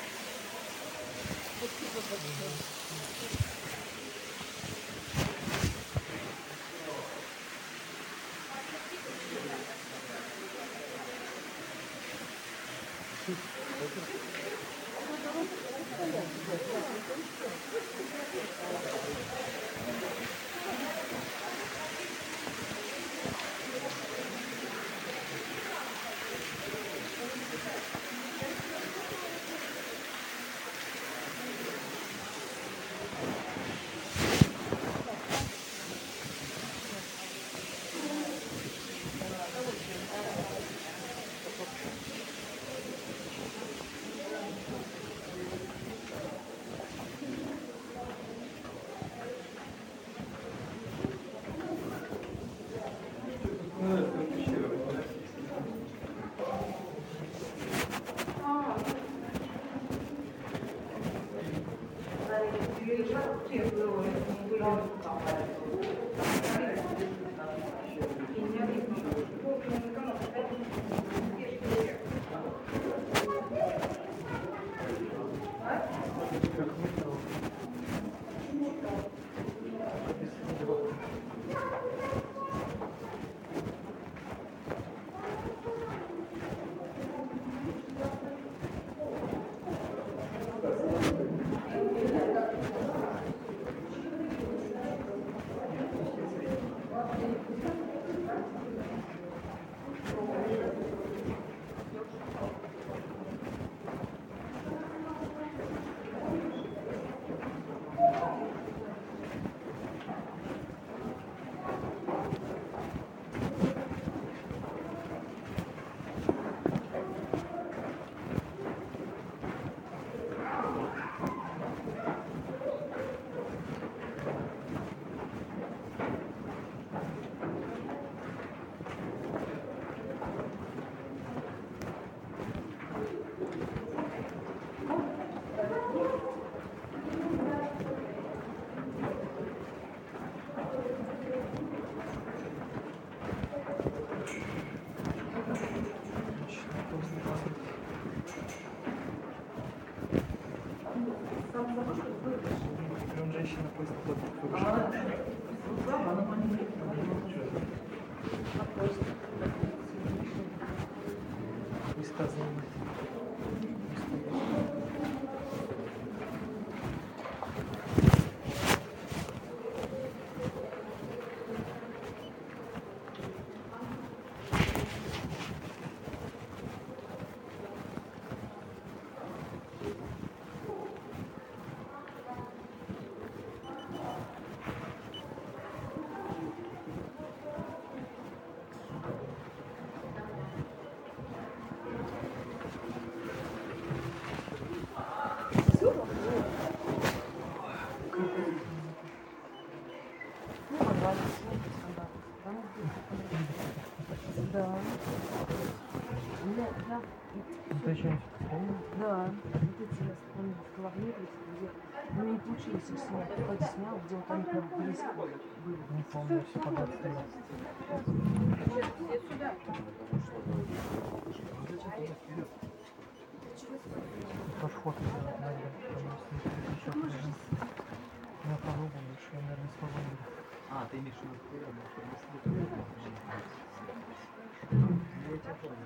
Спасибо большое. Прям женщина после того, как места занимать. Да. Да. Это еще не вспомнил? Да. Вот эти я вспомнила, клавнеты, где ну не получилось их снять. Вроде снял, где вот они прям близко были. Не помню, все подать стоял. Тоже фото сделать надо, потому что не еще прижим. Я попробую, что я, наверное, смогу. А, ты имеешь в виду? Я тебя понял.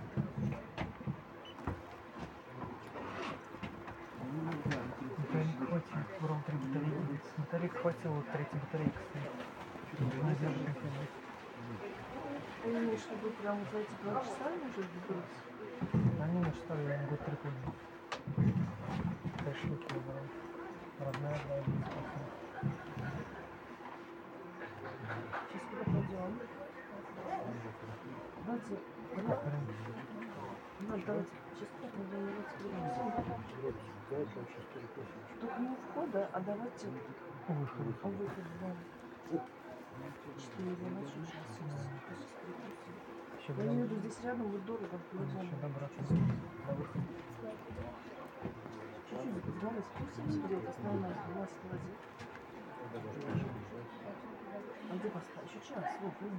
Батарейки хватит, брал три батарейки. Батарейки хватило, третьей батарейки стоит. Не держи. Ты имеешь в виду прям вот за эти два часа может выбраться? Они не считали, я год три позже. Три штуки я брал. Родная была бесплатная. Сейчас куда пойдем? Давайте, надо, давайте, сейчас куда пойдем? Только не у входа, а давайте У выхода. у выхода, да. Четыре ночи уже Еще я имею в виду, здесь рядом будет дорого, по-любому. еще добраться до выхода. Чуть-чуть давай спустимся, где вот основная у нас холодильник. А где поставить? Еще час, вот, ну.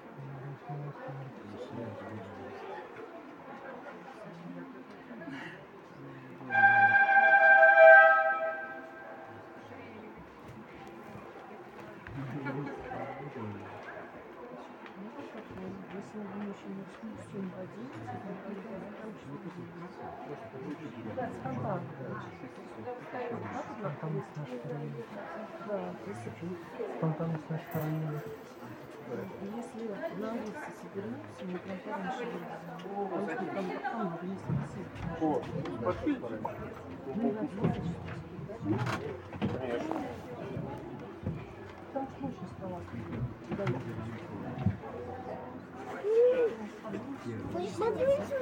Если мы будем еще не экскурсию водить, там что-то да, спонтанно. Спонтанность наша стороны. Да, если Спонтанность наша стороны. Если на улице соберемся, мы прям пораньше выйдем. Потому что там там вместе посидим. О, пошли. Ну, там ж больше стола. Посмотрите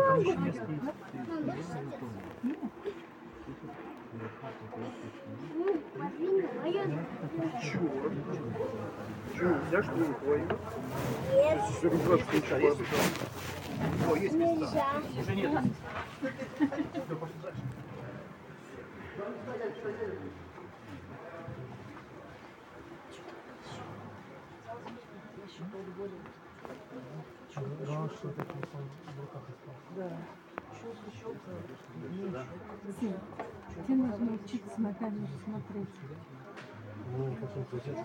Чего? Чего? У меня что ли твои? Нет. О, есть места. Уже нет. Главное, что ты телефон в руках остался. Да. Щелка, щелка. Тебе нужно учиться на камеру смотреть. Ну, какой процесс.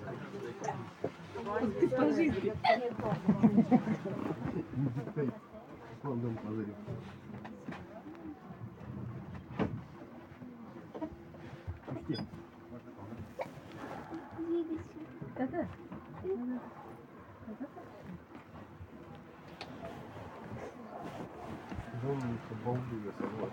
Ты по жизни. Вам дом позырим. Пусти. Да-да. Домника, балду, я согласен.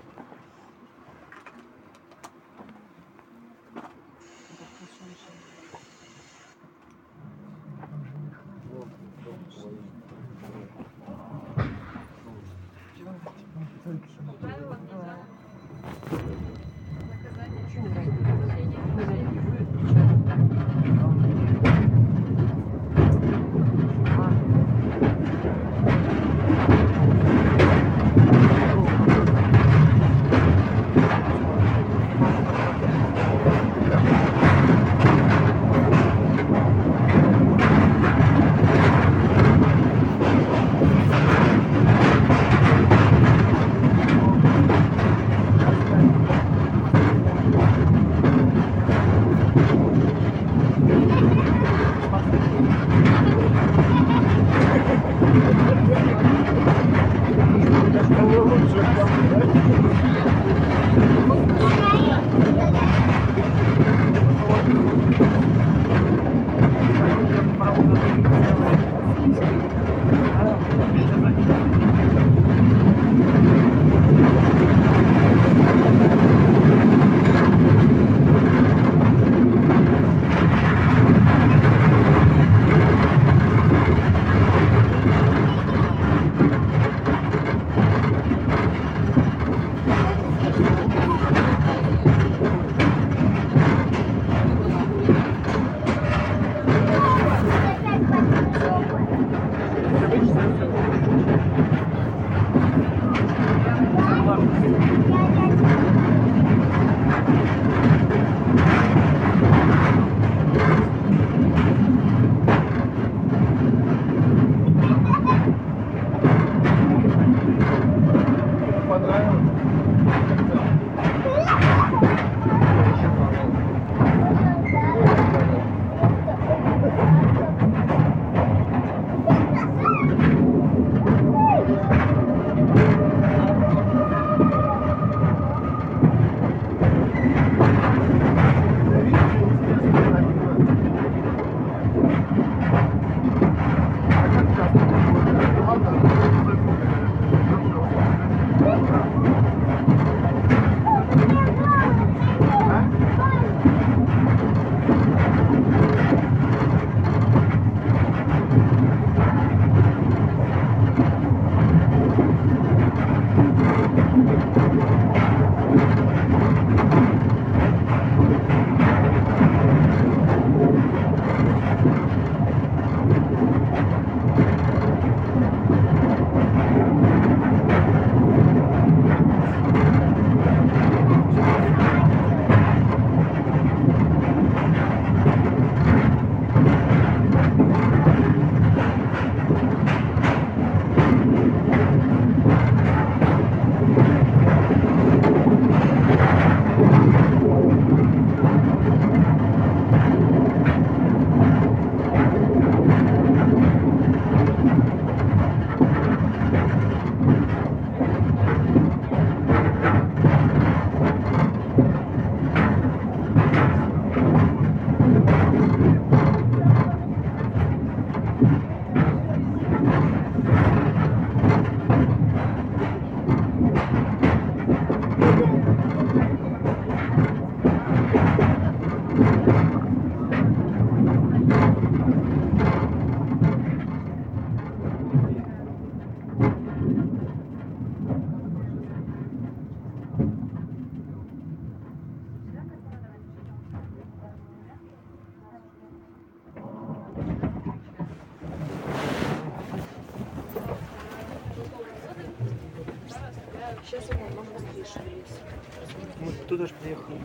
Сейчас я могу быстрее шевелиться. Мы туда же приехали.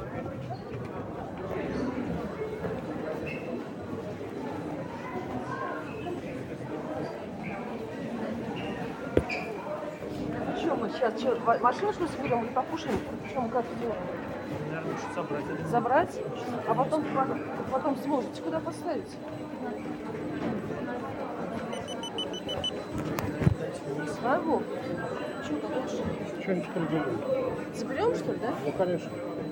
Что мы сейчас, что, машину что соберем или покушаем? Что мы как делаем? Наверное, лучше собрать. один. Забрать? А потом, потом сможете куда поставить? А, Вов? Что-то дальше? Что-нибудь там делаем? Заберем, что ли, да? Ну, конечно.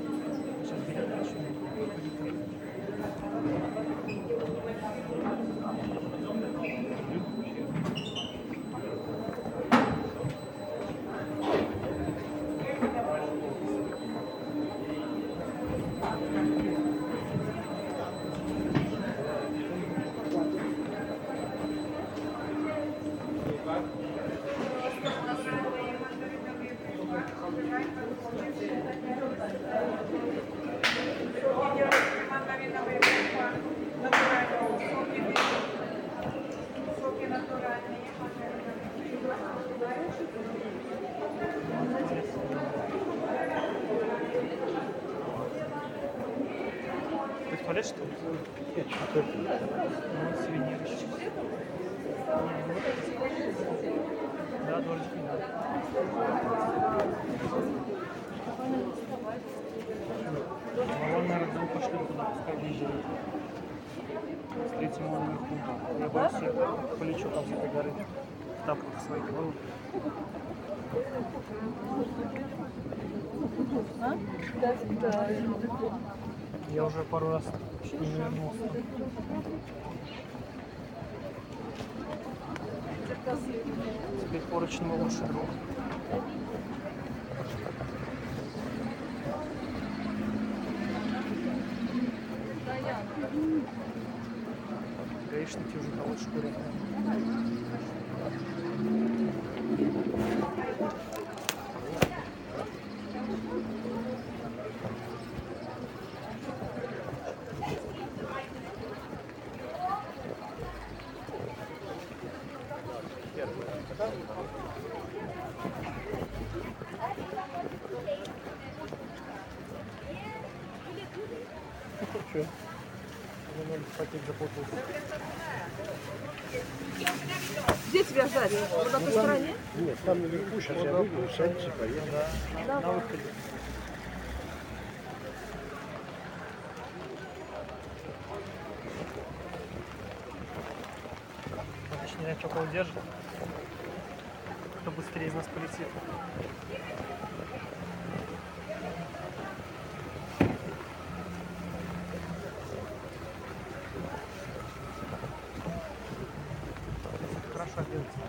Ты в туалет, что ли? Нет, что-то это. Ну, сувенирчик. Да, дождик не надо. Ну, вон, наверное, мы пошли туда, пускай выезжают. Встретим его наверху. Я боюсь, я полечу там с этой горы. В тапках своих. Ну, А? Да, да. я уже пару раз чуть не вернулся. Теперь поручень мой лучший друг. Гаишники уже кого-то шкурят. Че? Пакет запутался. Где тебя ждать? Вот на той стороне? Нет, там наверху, сейчас я выйду, сядьте, поедем. Да. На выходе. Точнее, кто кого держит. Кто быстрее из нас полетит. Хорошо делается.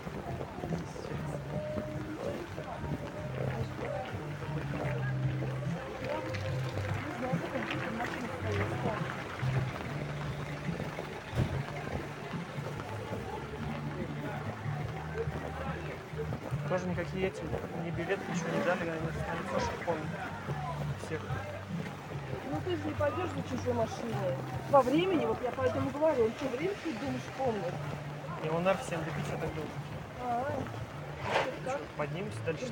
Тоже никакие эти, ни билет, ничего не дали, они становятся шипами всех. Ну ты же не пойдешь на чужой машине. Во времени, вот я поэтому говорю, он что, время ты думаешь помнит? И он, наверное, всем до пяти так был. А, Что, поднимемся дальше?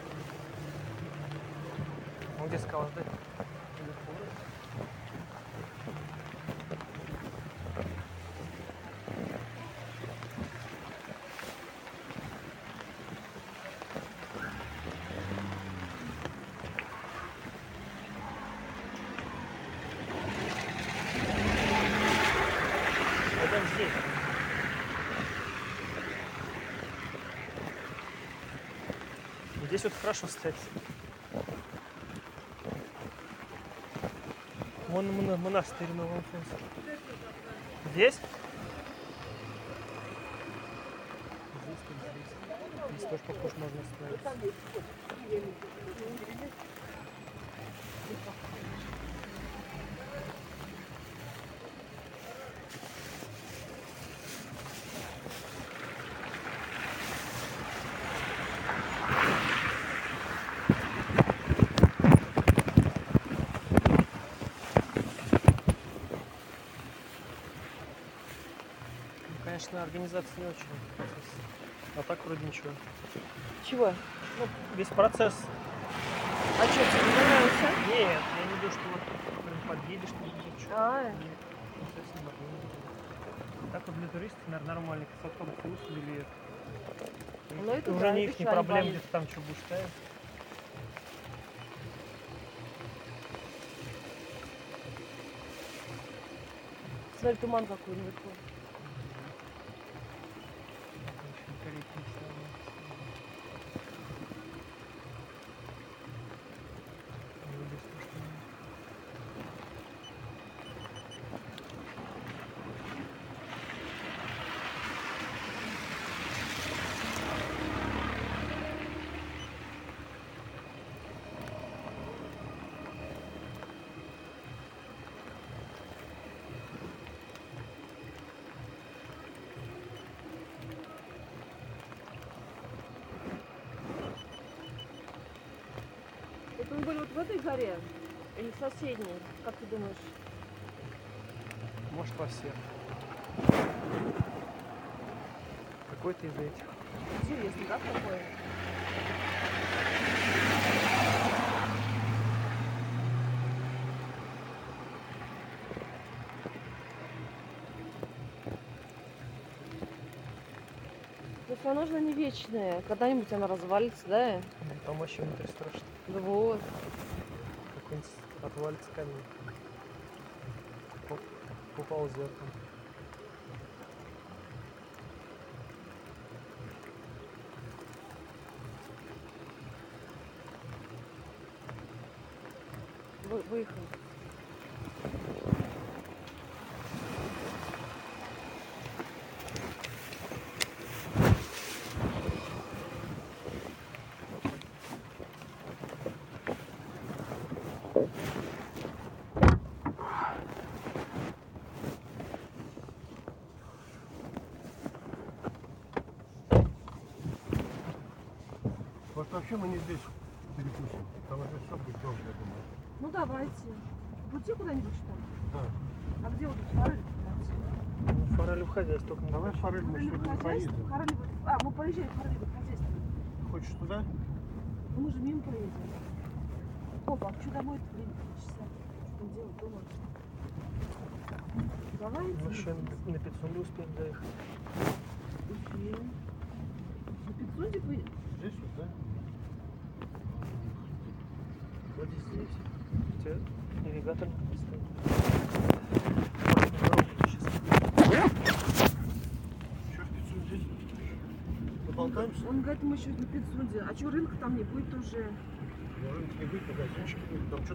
Ну где скала ждать? Пойдем здесь. Здесь вот хорошо стоять. Вон мона- монастырь на Волфенсе. Здесь? Здесь, тут здесь. Здесь тоже похож, можно остановиться. Конечно, организация не очень. А так вроде ничего. чего? Ну, весь процесс. А что, тебе не нравится? Нет, я не думаю, что вот прям подъедешь, не будет что. А, Нет, ну, совсем нормально. Так вот для туристов, наверное, нормально. С автобуса высадили. Ну, это уже да, не это их не что, они проблем, боятся? где-то там что будешь ставить. смотри, туман какой наверху. Это мы были вот в этой горе или в соседней? Как ты думаешь? Может, во всех. Какой-то из этих. Интересно, да, какое? Но все равно же они вечные. Когда-нибудь она развалится, да? Ну, там вообще внутри страшно. Да вот. Какой-нибудь отвалится камень. Поп- Поползет там. Вы- Выехал. Вот вообще мы не здесь перекусим. Там это все будет долго, я думаю. Ну давайте. Пути куда-нибудь что ли? Да. А где вот эта форель? Ну, форель уходя, столько не Давай хочешь. форель мы сегодня не поедем. Форель... А, мы поедем. поезжай в Харбин, по хозяйству. Хочешь туда? Ну мы же мимо поедем. Опа, а что домой-то, блин, часа? Что там делать дома? Давай. Ну, еще на Пицунде успеем доехать. Успеем. На Пицунде поедем? Здесь вот, да? Вроде здесь. Хотя навигатор не стоит. Что в Пицунде? Поболтаемся? Он говорит, мы еще на Пицунде. А что, рынка там не будет уже? Ну, рынок не будет, магазинчик будет. Там что